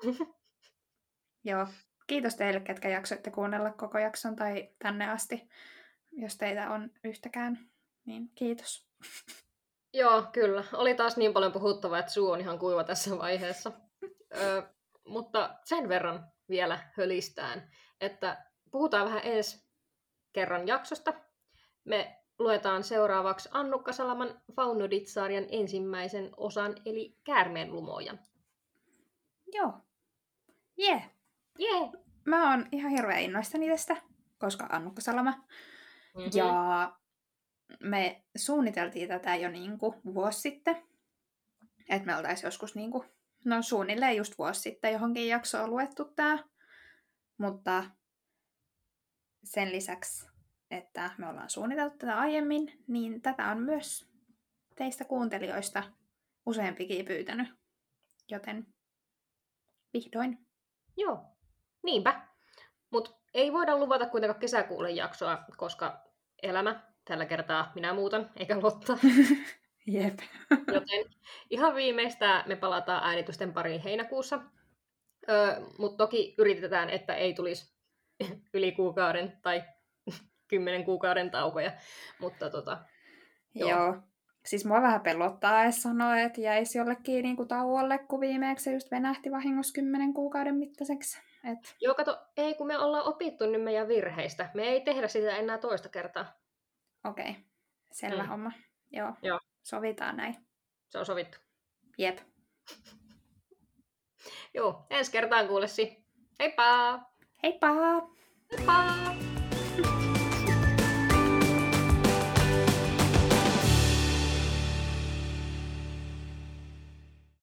Joo. Kiitos teille, ketkä jaksoitte kuunnella koko jakson tai tänne asti. Jos teitä on yhtäkään, niin kiitos. Joo, kyllä. Oli taas niin paljon puhuttavaa, että suu on ihan kuiva tässä vaiheessa. Ö, mutta sen verran vielä hölistään, että puhutaan vähän ensi kerran jaksosta. Me luetaan seuraavaksi Annukka Salaman Faunoditsarjan ensimmäisen osan, eli Käärmeenlumoja. Joo. Jee. Yeah. Jee! Yeah. Mä oon ihan hirveän innoissani tästä, koska Annukka Salama. Mm-hmm. Ja me suunniteltiin tätä jo niinku vuosi sitten. Että me oltaisiin joskus niinku, no suunnilleen just vuosi sitten johonkin jaksoon luettu tää. Mutta sen lisäksi, että me ollaan suunniteltu tätä aiemmin, niin tätä on myös teistä kuuntelijoista useampikin pyytänyt. Joten vihdoin. Joo, niinpä. Mutta ei voida luvata kuitenkaan kesäkuulle jaksoa, koska elämä, tällä kertaa minä muutan, eikä Lotta. Jep. Joten ihan viimeistään me palataan äänitysten pariin heinäkuussa. Öö, Mutta toki yritetään, että ei tulisi yli kuukauden tai kymmenen kuukauden taukoja. Mutta tota, joo. joo. Siis mua vähän pelottaa edes sanoa, että jäisi jollekin niinku tauolle, kun viimeeksi se just venähti vahingossa kymmenen kuukauden mittaiseksi. Et... Joo, kato, ei kun me ollaan opittu nyt meidän virheistä. Me ei tehdä sitä enää toista kertaa. Okei, okay. Selvä mm. homma. Joo. Joo, sovitaan näin. Se on sovittu. Jep. Joo, ensi kertaan kuulesi. Heippa! Heippa! Heippa!